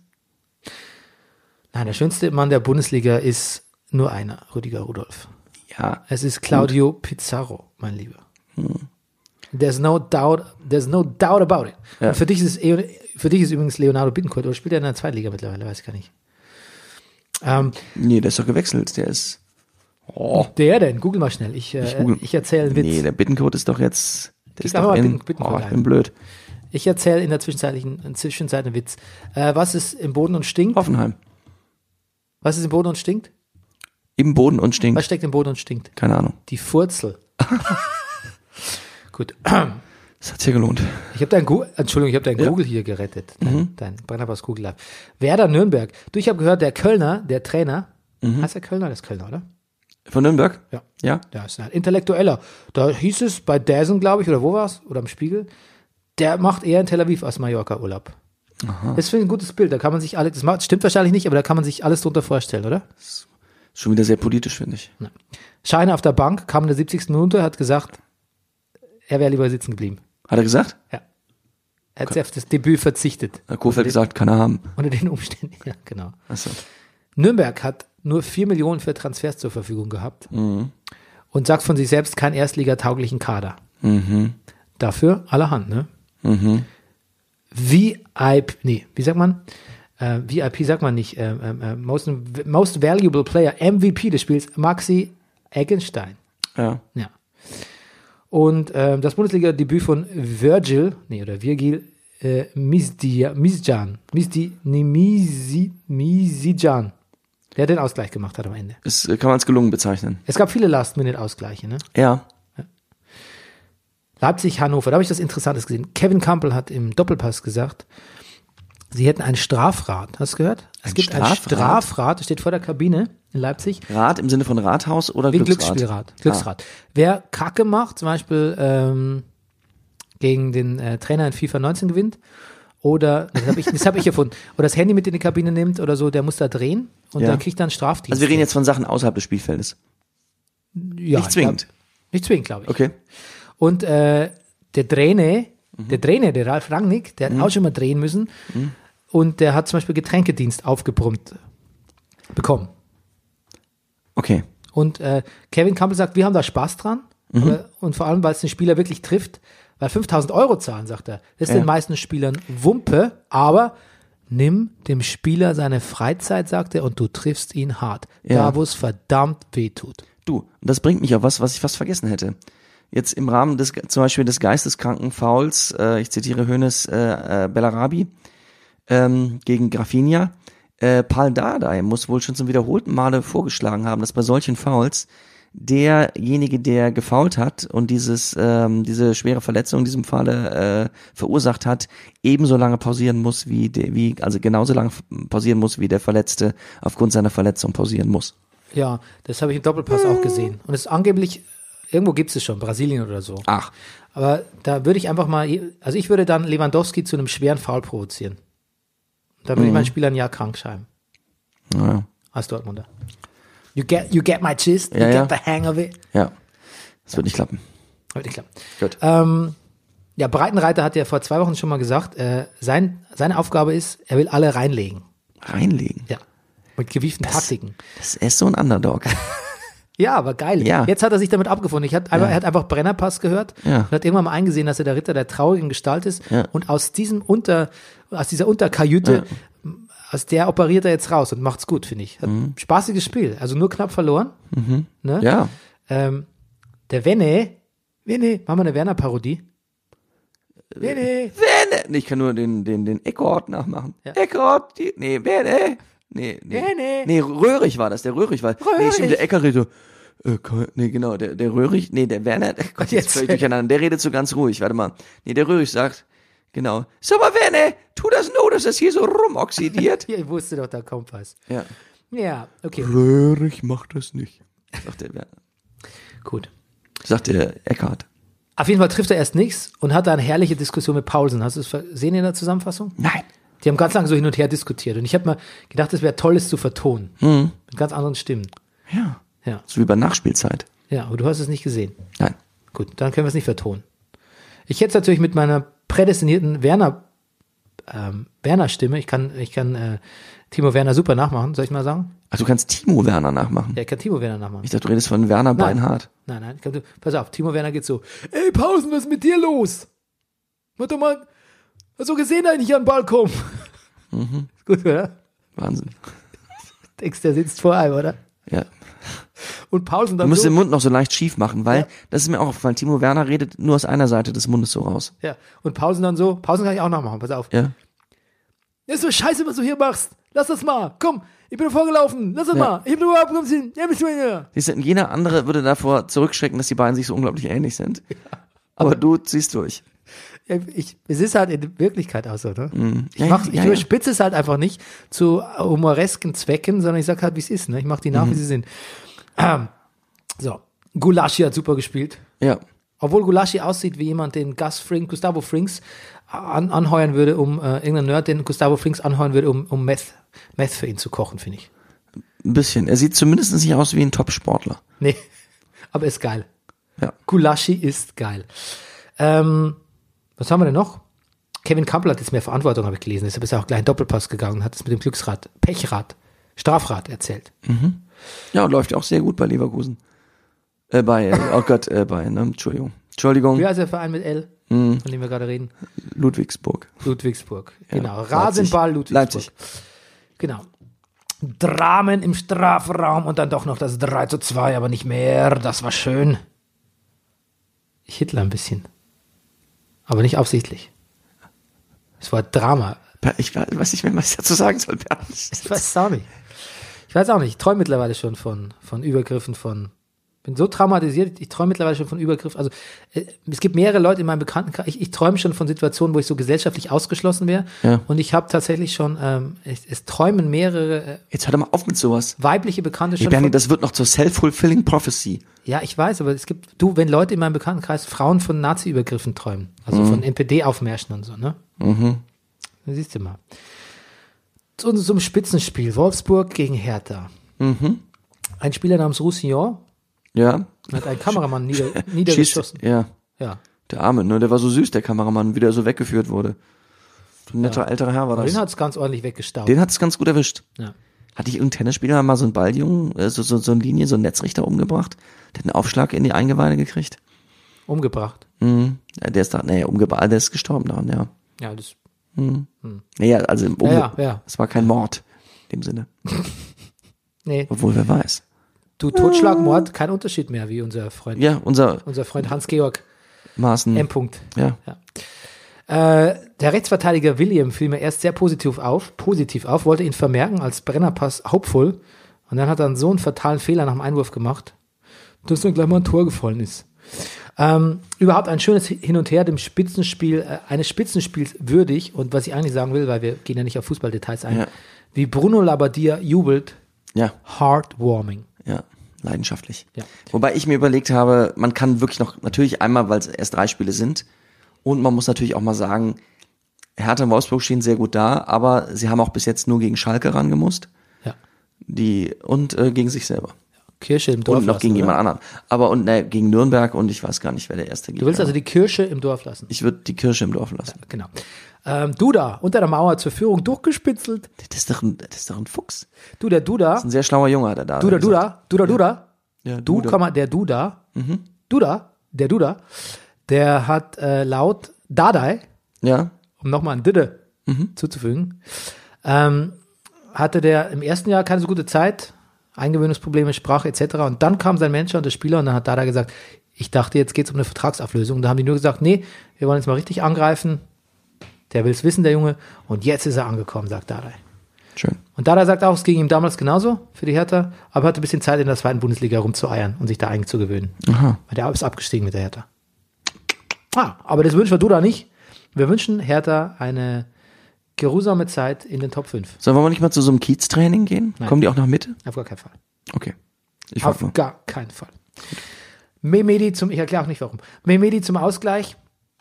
Nein, der schönste Mann der Bundesliga ist nur einer, Rüdiger Rudolph. Ja. Es ist Claudio Pizarro, mein Lieber. There's no doubt, there's no doubt about it. Ja. Und für dich ist es, für dich ist übrigens Leonardo Bittencourt, oder spielt er in der Zweitliga mittlerweile, weiß ich gar nicht. Ähm, Nee, der ist doch gewechselt. Der ist. Oh. der denn? Google mal schnell. Ich, äh, Ich google- ich erzähle einen Witz. Nee, der Bittencode ist doch jetzt. Der ist einfach doch mal in. Bitten- Bittencourt Oh, ich ein. bin blöd. Ich erzähle in der zwischenzeitlichen, in der Zwischenzeit einen Witz. Äh, was ist im Boden und stinkt? Hoffenheim. Was ist im Boden und stinkt? Im Boden und stinkt. Was steckt im Boden und stinkt? Keine Ahnung. Die Furzel. Gut. Das hat sich ja gelohnt. Ich habe dein, Gu- Entschuldigung, ich habe dein Ja. Google hier gerettet. Dein, dein Brennerpass Google Live. Werder Nürnberg. Du, ich habe gehört, der Kölner, der Trainer, heißt der Kölner? Das ist Kölner, oder? Von Nürnberg? Ja. Ja. Der ist ein Intellektueller. Da hieß es bei Dazen, glaube ich, oder wo war es? Oder im Spiegel. Der macht eher in Tel Aviv als Mallorca Urlaub. Das finde ich ein gutes Bild. Da kann man sich alles, das macht, stimmt wahrscheinlich nicht, aber da kann man sich alles drunter vorstellen, oder? Schon wieder sehr politisch, finde ich. Scheine auf der Bank, kam in der siebzigsten Minute, hat gesagt, er wäre lieber sitzen geblieben. Hat er gesagt? Ja. Er hat auf das Debüt verzichtet. Hat Kofeld gesagt, kann er haben. Unter den Umständen, ja, genau. Achso. Nürnberg hat nur vier Millionen für Transfers zur Verfügung gehabt und sagt von sich selbst keinen erstligatauglichen Kader. Mhm. Dafür allerhand, ne? Mhm. V I P, nee, wie sagt man? Äh, V I P sagt man nicht. Äh, äh, most, most Valuable Player, M V P des Spiels, Maxi Eggenstein. Ja. Ja. Und äh, das Bundesliga-Debüt von Virgil, nee, oder Virgil äh, Mizdia, Mizjan, Mizdi, nee, Mizi, Mizjan, der den Ausgleich gemacht hat am Ende. Das äh, kann man als gelungen bezeichnen. Es gab viele Last-Minute-Ausgleiche, ne? Ja. Leipzig, Hannover, da habe ich das Interessantes gesehen. Kevin Campbell hat im Doppelpass gesagt, sie hätten einen Strafrat. Hast du gehört? Es Ein gibt Strafrat? einen Strafrat, das steht vor der Kabine in Leipzig. Rat im Sinne von Rathaus oder Wie Glücksrad? Glücksspielrat. Glücksrad. Wer Kacke macht, zum Beispiel ähm, gegen den äh, Trainer in FIFA neunzehn gewinnt oder, das habe ich, das hab ich erfunden, oder das Handy mit in die Kabine nimmt oder so, der muss da drehen und Ja. der kriegt dann Strafdienst. Also wir reden jetzt von Sachen außerhalb des Spielfeldes. ja, nicht zwingend. Ja, nicht zwingend, glaube ich. Okay. Und äh, der Trainer, der Trainer, der Ralf Rangnick, der hat auch schon mal drehen müssen und der hat zum Beispiel Getränkedienst aufgebrummt bekommen. Okay. Und äh, Kevin Campbell sagt, wir haben da Spaß dran aber, und vor allem, weil es den Spieler wirklich trifft, weil fünftausend Euro zahlen, sagt er, das ist Ja. den meisten Spielern Wumpe, aber nimm dem Spieler seine Freizeit, sagt er, und du triffst ihn hart, Ja. da wo es verdammt weh tut. Du, und das bringt mich auf was, was ich fast vergessen hätte. Jetzt im Rahmen des, zum Beispiel des geisteskranken Fouls, äh, ich zitiere Hoeneß, äh, äh, Bellarabi, ähm, gegen Grafinha, äh, Pal Dardai muss wohl schon zum wiederholten Male vorgeschlagen haben, dass bei solchen Fouls derjenige, der gefoult hat und dieses, ähm, diese schwere Verletzung in diesem Falle äh, verursacht hat, ebenso lange pausieren muss, wie der, wie, also genauso lange pausieren muss, wie der Verletzte aufgrund seiner Verletzung pausieren muss. Ja, das habe ich im Doppelpass auch gesehen. Und es ist angeblich, irgendwo gibt es es schon, Brasilien oder so. Ach. Aber da würde ich einfach mal, also ich würde dann Lewandowski zu einem schweren Foul provozieren. Da würde ich meinen Spieler ein Jahr krank schreiben. Naja. Als Dortmunder. You get, you get my gist, you Ja, ja. get the hang of it. Ja. Das wird nicht klappen. Wird nicht klar. Gut. Ähm, ja, Breitenreiter hat ja vor zwei Wochen schon mal gesagt, äh, sein, seine Aufgabe ist, er will alle reinlegen. Reinlegen. Ja. Mit gewieften Taktiken. Das ist so ein Underdog. Ja, aber geil. Ja. Jetzt hat er sich damit abgefunden. Ich hab einfach, Ja. Er hat einfach Brennerpass gehört Ja. und hat irgendwann mal eingesehen, dass er der Ritter der traurigen Gestalt ist. Ja. Und aus diesem Unter, aus dieser Unterkajüte, aus der operiert er jetzt raus und macht's gut, finde ich. Hat ein spaßiges Spiel. Also nur knapp verloren. Ne? Ja. Ähm, der Wenne, Wenne, machen wir eine Werner-Parodie? Wenne. Wenne. Nee, ich kann nur den, den, den Eckort nachmachen. Ja. Eckort, die, nee, Wenne. Nee, nee. Wenne. Nee, Röhrig war das, der Röhrig war. Nee, Röhrig. stimmt, der Eckert redet so, äh, kann- nee, genau, der, der Röhrig, nee, der Werner, der Gott, jetzt Jetzt. völlig durcheinander, der redet so ganz ruhig, warte mal. Nee, der Röhrig sagt, genau, so, aber Wenne, tu das nur, dass das hier so rumoxidiert. Ja, ich wusste doch, da kommt was. Ja. Ja, okay, Röhrig macht das nicht, sagt der Werner. gut. Sagt der Eckart. Auf jeden Fall trifft er erst nichts und hat da eine herrliche Diskussion mit Paulsen. Hast du es gesehen in der Zusammenfassung? Nein. Die haben ganz lange so hin und her diskutiert. Und ich habe mal gedacht, es wäre toll, es zu vertonen. Mhm. Mit ganz anderen Stimmen. Ja. Ja, So wie bei Nachspielzeit. ja, aber du hast es nicht gesehen. Nein. Gut, dann können wir es nicht vertonen. Ich hätte es natürlich mit meiner prädestinierten Werner, ähm, Werner-Stimme, ich kann, ich kann äh, Timo Werner super nachmachen, soll ich mal sagen? Ach, du kannst Timo Werner nachmachen. Ja, ich kann Timo Werner nachmachen. Ich dachte, du redest von Werner Beinhardt. Nein, nein, ich kann, pass auf, Timo Werner geht so, ey Pausen, was ist mit dir los? Warte mal, hast du gesehen, dass ich nicht an den Ball komme? Mhm. Gut, oder? Wahnsinn. Denkst, der sitzt vor einem, oder? Ja. Und Pausen Du dann musst so, den Mund noch so leicht schief machen, weil, Ja. das ist mir auch aufgefallen, Timo Werner redet nur aus einer Seite des Mundes so raus. ja, und Pausen dann so, Pausen kann ich auch nachmachen, pass auf. Ja. Das ist so scheiße, was du hier machst. Lass das mal. Komm, ich bin vorgelaufen. Lass das Ja. mal. Ich hab nur überhaupt keinen Sinn. Ja, bist du hier. Siehst du, jener andere würde davor zurückschrecken, dass die beiden sich so unglaublich ähnlich sind. Aber du ziehst durch. Ja, ich, es ist halt in Wirklichkeit auch so, ne? Ich, Ja, mach, ja, ich ja. überspitze es halt einfach nicht zu humoresken Zwecken, sondern ich sag halt, wie es ist, ne? Ich mach die nach, Mhm. wie sie sind. Ähm, so. Gulaschi hat super gespielt. Ja. Obwohl Gulaschi aussieht wie jemand, den Gus Frink, Gustavo Frinks an, anheuern würde, um, äh, irgendein Nerd, den Gustavo Frinks anheuern würde, um, um Meth, Meth für ihn zu kochen, finde ich. Ein bisschen. Er sieht zumindest nicht aus wie ein Top-Sportler. Nee, aber ist geil. Ja. Gulaschi ist geil. Ähm, was haben wir denn noch? Kevin Campbell hat jetzt mehr Verantwortung, habe ich gelesen. Deshalb ist er auch gleich in Doppelpass gegangen und hat es mit dem Glücksrad, Pechrad, Strafrad erzählt. Ja, und läuft ja auch sehr gut bei Leverkusen. Äh, bei, äh, oh Gott, äh, bei, ne, Entschuldigung. Entschuldigung, Wie heißt der Verein mit L, Mhm. von dem wir gerade reden? Ludwigsburg. Ludwigsburg. Ja, Genau. Leipzig. Rasenball Ludwigsburg. Leipzig. Genau. Dramen im Strafraum und dann doch noch das drei zu zwei, aber nicht mehr. Das war schön. Ich Hitler ein bisschen. Aber nicht absichtlich. Es war Drama. Ich weiß nicht mehr, was ich dazu sagen soll, Bernd. Ich weiß es auch nicht. Ich weiß auch nicht. Ich träume mittlerweile schon von, von Übergriffen, von. Bin so traumatisiert, ich träume mittlerweile schon von Übergriffen. Also äh, es gibt mehrere Leute in meinem Bekanntenkreis. Ich, ich träume schon von Situationen, wo ich so gesellschaftlich ausgeschlossen wäre. Ja. Und ich habe tatsächlich schon, ähm, es, es träumen mehrere äh, Jetzt hör doch mal auf mit sowas. weibliche Bekannte Hey, schon. Bernie, Von, das wird noch zur self-fulfilling prophecy. ja, ich weiß, aber es gibt, du, wenn Leute in meinem Bekanntenkreis Frauen von Nazi-Übergriffen träumen, also Mhm. von N P D-Aufmärschen und so, ne? Da siehst du mal. Zu, zum Spitzenspiel. Wolfsburg gegen Hertha. Mhm. Ein Spieler namens Roussillon Ja. hat einen Kameramann nieder, niedergeschossen. Schießt, ja. Ja. Der Arme, ne? Der war so süß, der Kameramann, wie der so weggeführt wurde. So ein netter älterer Herr war das. Den hat es ganz ordentlich weggestaubt. Den hat's ganz gut erwischt. Ja. Hatte ich irgendein Tennisspieler mal so einen Balljungen, äh, so, so, so eine Linie, so einen Netzrichter umgebracht? Der hat einen Aufschlag in die Eingeweide gekriegt. Umgebracht. Mhm. Ja, der ist da, nee, umgebracht, der ist gestorben daran, ja. Ja, das. Mhm. Hm. Naja, also im Umge- Ja, ja, ja. es war kein Mord, in dem Sinne. Nee. Obwohl, wer weiß. Du, Totschlag, Mord, kein Unterschied mehr, wie unser Freund. Ja, unser Unser Freund Hans-Georg Maaßen. M. -Punkt. Ja. Äh, der Rechtsverteidiger William fiel mir erst sehr positiv auf, positiv auf, wollte ihn vermerken als Brennerpass hopeful und dann hat er so einen fatalen Fehler nach dem Einwurf gemacht, dass dann gleich mal ein Tor gefallen ist. Ähm, überhaupt ein schönes Hin und Her dem Spitzenspiel, äh, eines Spitzenspiels würdig und was ich eigentlich sagen will, weil wir gehen ja nicht auf Fußballdetails ein, Ja. wie Bruno Labbadia jubelt, Ja. heartwarming. Ja, leidenschaftlich. Ja. Wobei ich mir überlegt habe, man kann wirklich noch, natürlich einmal, weil es erst drei Spiele sind, und man muss natürlich auch mal sagen, Hertha und Wolfsburg stehen sehr gut da, aber sie haben auch bis jetzt nur gegen Schalke rangemusst, Ja. die und äh, gegen sich selber. Kirche im Dorf Und noch lassen, gegen oder? jemand anderen. Aber und ne, gegen Nürnberg und ich weiß gar nicht, wer der erste Gegner Du willst also war. die Kirche im Dorf lassen. Ich würde die Kirche im Dorf lassen. Genau. Ähm, Duda, unter der Mauer zur Führung durchgespitzelt. Das ist doch ein, das ist doch ein Fuchs. Du, der Duda, Das ist ein sehr schlauer Junge, hat er da Duda, gesagt. Duda, Duda, Duda, Ja, du, Duda. Komma, der Duda, Duda, der Duda, der hat äh, laut Dadai, Ja, um nochmal ein Didde zuzufügen, ähm, hatte der im ersten Jahr keine so gute Zeit, Eingewöhnungsprobleme, Sprache et cetera. Und dann kam sein Manager und der Spieler und dann hat Dada gesagt, ich dachte, jetzt geht es um eine Vertragsauflösung. Und da haben die nur gesagt, nee, wir wollen jetzt mal richtig angreifen. Der will es wissen, der Junge. Und jetzt ist er angekommen, sagt Dada. schön. Und Dada sagt auch, es ging ihm damals genauso für die Hertha, aber hatte ein bisschen Zeit in der zweiten Bundesliga rumzueiern und sich da eigentlich zu gewöhnen. Aha. Weil der ist abgestiegen mit der Hertha. Ah, aber das wünschen wir Duda nicht. Wir wünschen Hertha eine geruhsame Zeit in den Top fünf. So, wollen wir nicht mal zu so einem Kiez-Training gehen? Nein. Kommen die auch nach Mitte? Auf gar keinen Fall. Okay. Ich Auf hoffe. gar keinen Fall. Mehmedi zum, ich erkläre auch nicht warum. Mehmedi zum Ausgleich.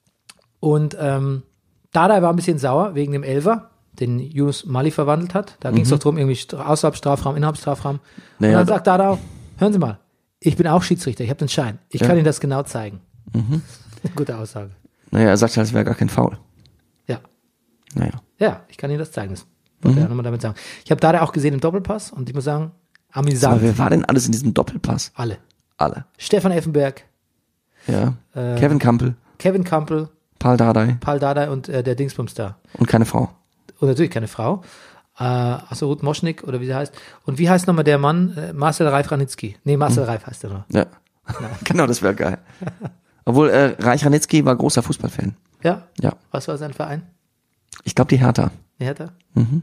Und ähm, Dada war ein bisschen sauer wegen dem Elfer, den Yunus Mali verwandelt hat. Da ging es doch drum, irgendwie Stra- außerhalb Strafraum, innerhalb Strafraum. Naja, und dann da- sagt Dada, hören Sie mal, ich bin auch Schiedsrichter, ich habe den Schein. Ich Ja. kann Ihnen das genau zeigen. Gute Aussage. Naja, er sagt halt, es wäre gar kein Foul. Ja. Naja. Ja, ich kann Ihnen das zeigen. Das wollte er nochmal damit sagen. Ich habe Dada auch gesehen im Doppelpass und ich muss sagen, amüsant. Aber wer war denn alles in diesem Doppelpass? Alle. Alle. Stefan Effenberg, Ja. Äh, Kevin Kampel, Kevin Kampel, Paul Dardai Paul Dardai und äh, der Dingsbums da. und keine Frau. Und natürlich keine Frau. Äh, achso, Ruth Moschnik oder wie sie heißt. Und wie heißt nochmal der Mann? Äh, Marcel Reif-Ranitzky. Nee, Marcel Reif heißt er nur. Ja. Genau, das wäre geil. Obwohl, äh, Reich Ranitzky war großer Fußballfan. Ja? Ja. Was war sein Verein? Ich glaube, die Hertha. Die Hertha? Mhm.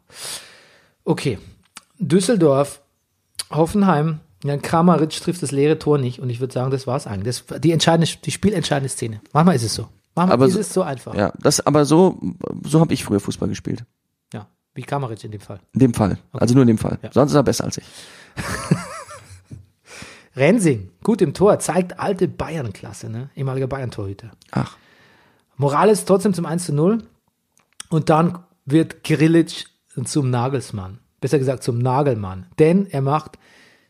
Okay. Düsseldorf, Hoffenheim. Ja, Kramaric trifft das leere Tor nicht. Und ich würde sagen, das war's eigentlich. Das, die entscheidende, die spielentscheidende Szene. Manchmal ist es so. Manchmal Aber ist so- es so einfach. Ja, das, aber so, so habe ich früher Fußball gespielt. Ja. Wie Kramaric in dem Fall. In dem Fall. Also nur in dem Fall. Ja. Sonst ist er besser als ich. Rensing, gut im Tor, zeigt alte Bayern-Klasse, ne? Ehemaliger Bayern-Torhüter. Ach. Morales trotzdem zum eins zu null. Und dann wird Grilic zum Nagelsmann. Besser gesagt zum Nagelmann. Denn er macht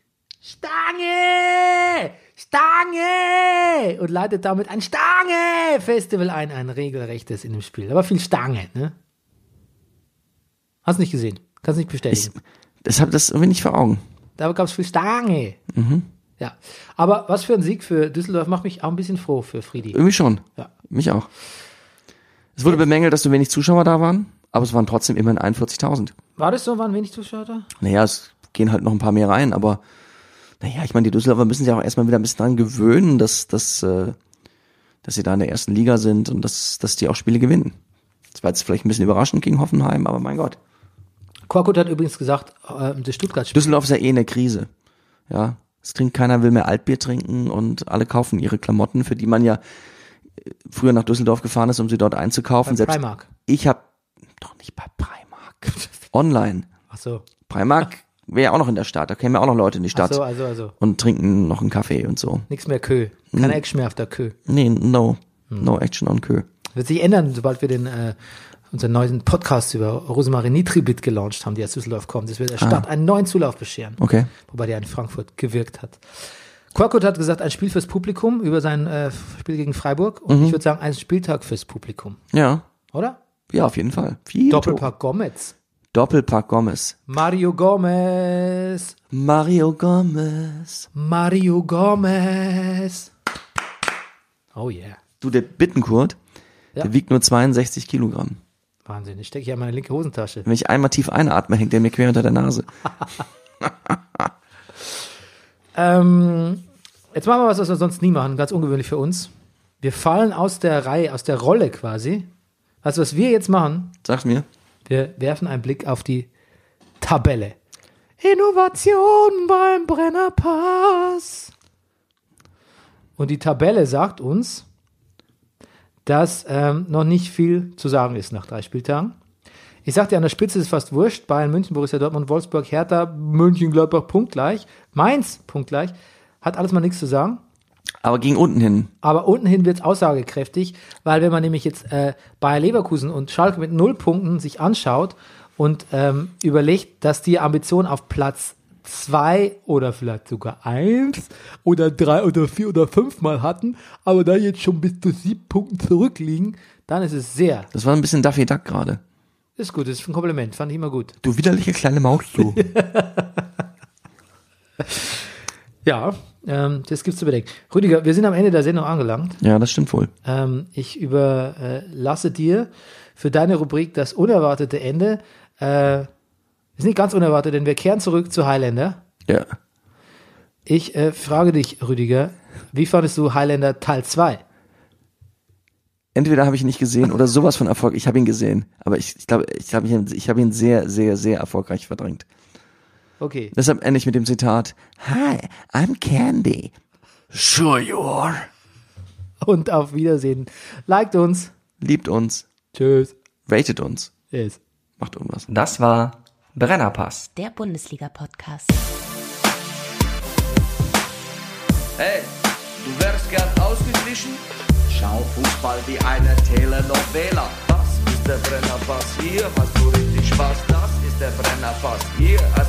Stange! Stange! Und leitet damit ein Stange-Festival ein. Ein regelrechtes in dem Spiel. Aber viel Stange, ne? Hast du nicht gesehen? Kannst nicht Ich, bestätigen. das habe das irgendwie nicht vor Augen. Da gab es viel Stange. Ja. Aber was für ein Sieg für Düsseldorf macht mich auch ein bisschen froh für Friedi. Irgendwie schon. Ja. Mich auch. Es wurde bemängelt, dass so wenig Zuschauer da waren, aber es waren trotzdem immerhin einundvierzigtausend. War das so? Waren wenig Zuschauer da? Naja, es gehen halt noch ein paar mehr rein, aber naja, ich meine, die Düsseldorfer müssen sich auch erstmal wieder ein bisschen dran gewöhnen, dass, dass, äh, dass sie da in der ersten Liga sind und dass, dass die auch Spiele gewinnen. Das war jetzt vielleicht ein bisschen überraschend gegen Hoffenheim, aber mein Gott. Korkut hat übrigens gesagt, äh, das Stuttgart-Spiel. Düsseldorf ist ja eh in der Krise. Ja, es trinkt keiner, will mehr Altbier trinken und alle kaufen ihre Klamotten, für die man ja äh, früher nach Düsseldorf gefahren ist, um sie dort einzukaufen. Bei Selbst Primark. ich habe doch nicht bei Primark. Online. Ach so. Primark wäre ja auch noch in der Stadt, da kämen ja auch noch Leute in die Ach Stadt so, also, also. und trinken noch einen Kaffee und so. Nichts mehr Kö. Hm. Keine Action mehr auf der Kö. Nee, no. No action on Kö. Wird sich ändern, sobald wir den äh, unseren neuen Podcast über Rosemarie Nitribit gelauncht haben, die aus Düsseldorf kommt. Das wird der Stadt ah. einen neuen Zulauf bescheren. Okay. Wobei der in Frankfurt gewirkt hat. Korkut hat gesagt, ein Spiel fürs Publikum über sein äh, Spiel gegen Freiburg. Und mhm. ich würde sagen, ein Spieltag fürs Publikum. Ja. Oder? Ja, auf jeden Fall. Viel Doppelpack Gomez. Doppelpack Gomez. Mario Gomez. Mario Gomez. Mario Gomez. Oh yeah. Du, der Bittenkurt, ja. der wiegt nur zweiundsechzig Kilogramm. Wahnsinn, den stecke ich in meine linke Hosentasche. Wenn ich einmal tief einatme, hängt der mir quer unter der Nase. ähm, jetzt machen wir was, was wir sonst nie machen, ganz ungewöhnlich für uns. Wir fallen aus der Reihe, aus der Rolle quasi. Also was wir jetzt machen, sag's mir. Wir werfen einen Blick auf die Tabelle. Innovation beim Brennerpass. Und die Tabelle sagt uns, dass ähm, noch nicht viel zu sagen ist nach drei Spieltagen. Ich sagte, an der Spitze ist es fast wurscht. Bayern, München, Borussia Dortmund, Wolfsburg, Hertha, München, Gladbach, punktgleich. Mainz, punktgleich. Hat alles mal nichts zu sagen. Aber ging unten hin. Aber unten hin wird es aussagekräftig, weil wenn man nämlich jetzt äh, Bayer Leverkusen und Schalke mit null Punkten sich anschaut und ähm, überlegt, dass die Ambition auf Platz zwei oder vielleicht sogar eins oder drei oder vier oder fünf Mal hatten, aber da jetzt schon bis zu sieben Punkten zurückliegen, dann ist es sehr. Das war ein bisschen Daffy Duck gerade. Ist gut, das ist ein Kompliment, fand ich immer gut. Du widerliche kleine Maus, du. Ja, ähm, das gibt's zu bedenken. Rüdiger, wir sind am Ende der Sendung angelangt. Ja, das stimmt wohl. Ähm, ich überlasse dir für deine Rubrik das unerwartete Ende. Äh, ist nicht ganz unerwartet, denn wir kehren zurück zu Highlander. Ja. Ich äh, frage dich, Rüdiger, wie fandest du Highlander Teil zwei? Entweder habe ich ihn nicht gesehen oder sowas von Erfolg. Ich habe ihn gesehen, aber ich, ich glaube, ich habe ihn, ich habe ihn sehr, sehr, sehr erfolgreich verdrängt. Okay. Deshalb ende ich mit dem Zitat: Hi, I'm Candy. Sure you are. Und auf Wiedersehen. Liked uns. Liebt uns. Tschüss. Ratet uns. Yes. Macht irgendwas. Das war Brennerpass. Der Bundesliga-Podcast. Hey, du wärst gern ausgeglichen? Schau Fußball wie eine Telenovela. Das ist der Brennerpass, hier hast du richtig Spaß. Das ist der Brennerpass, hier hast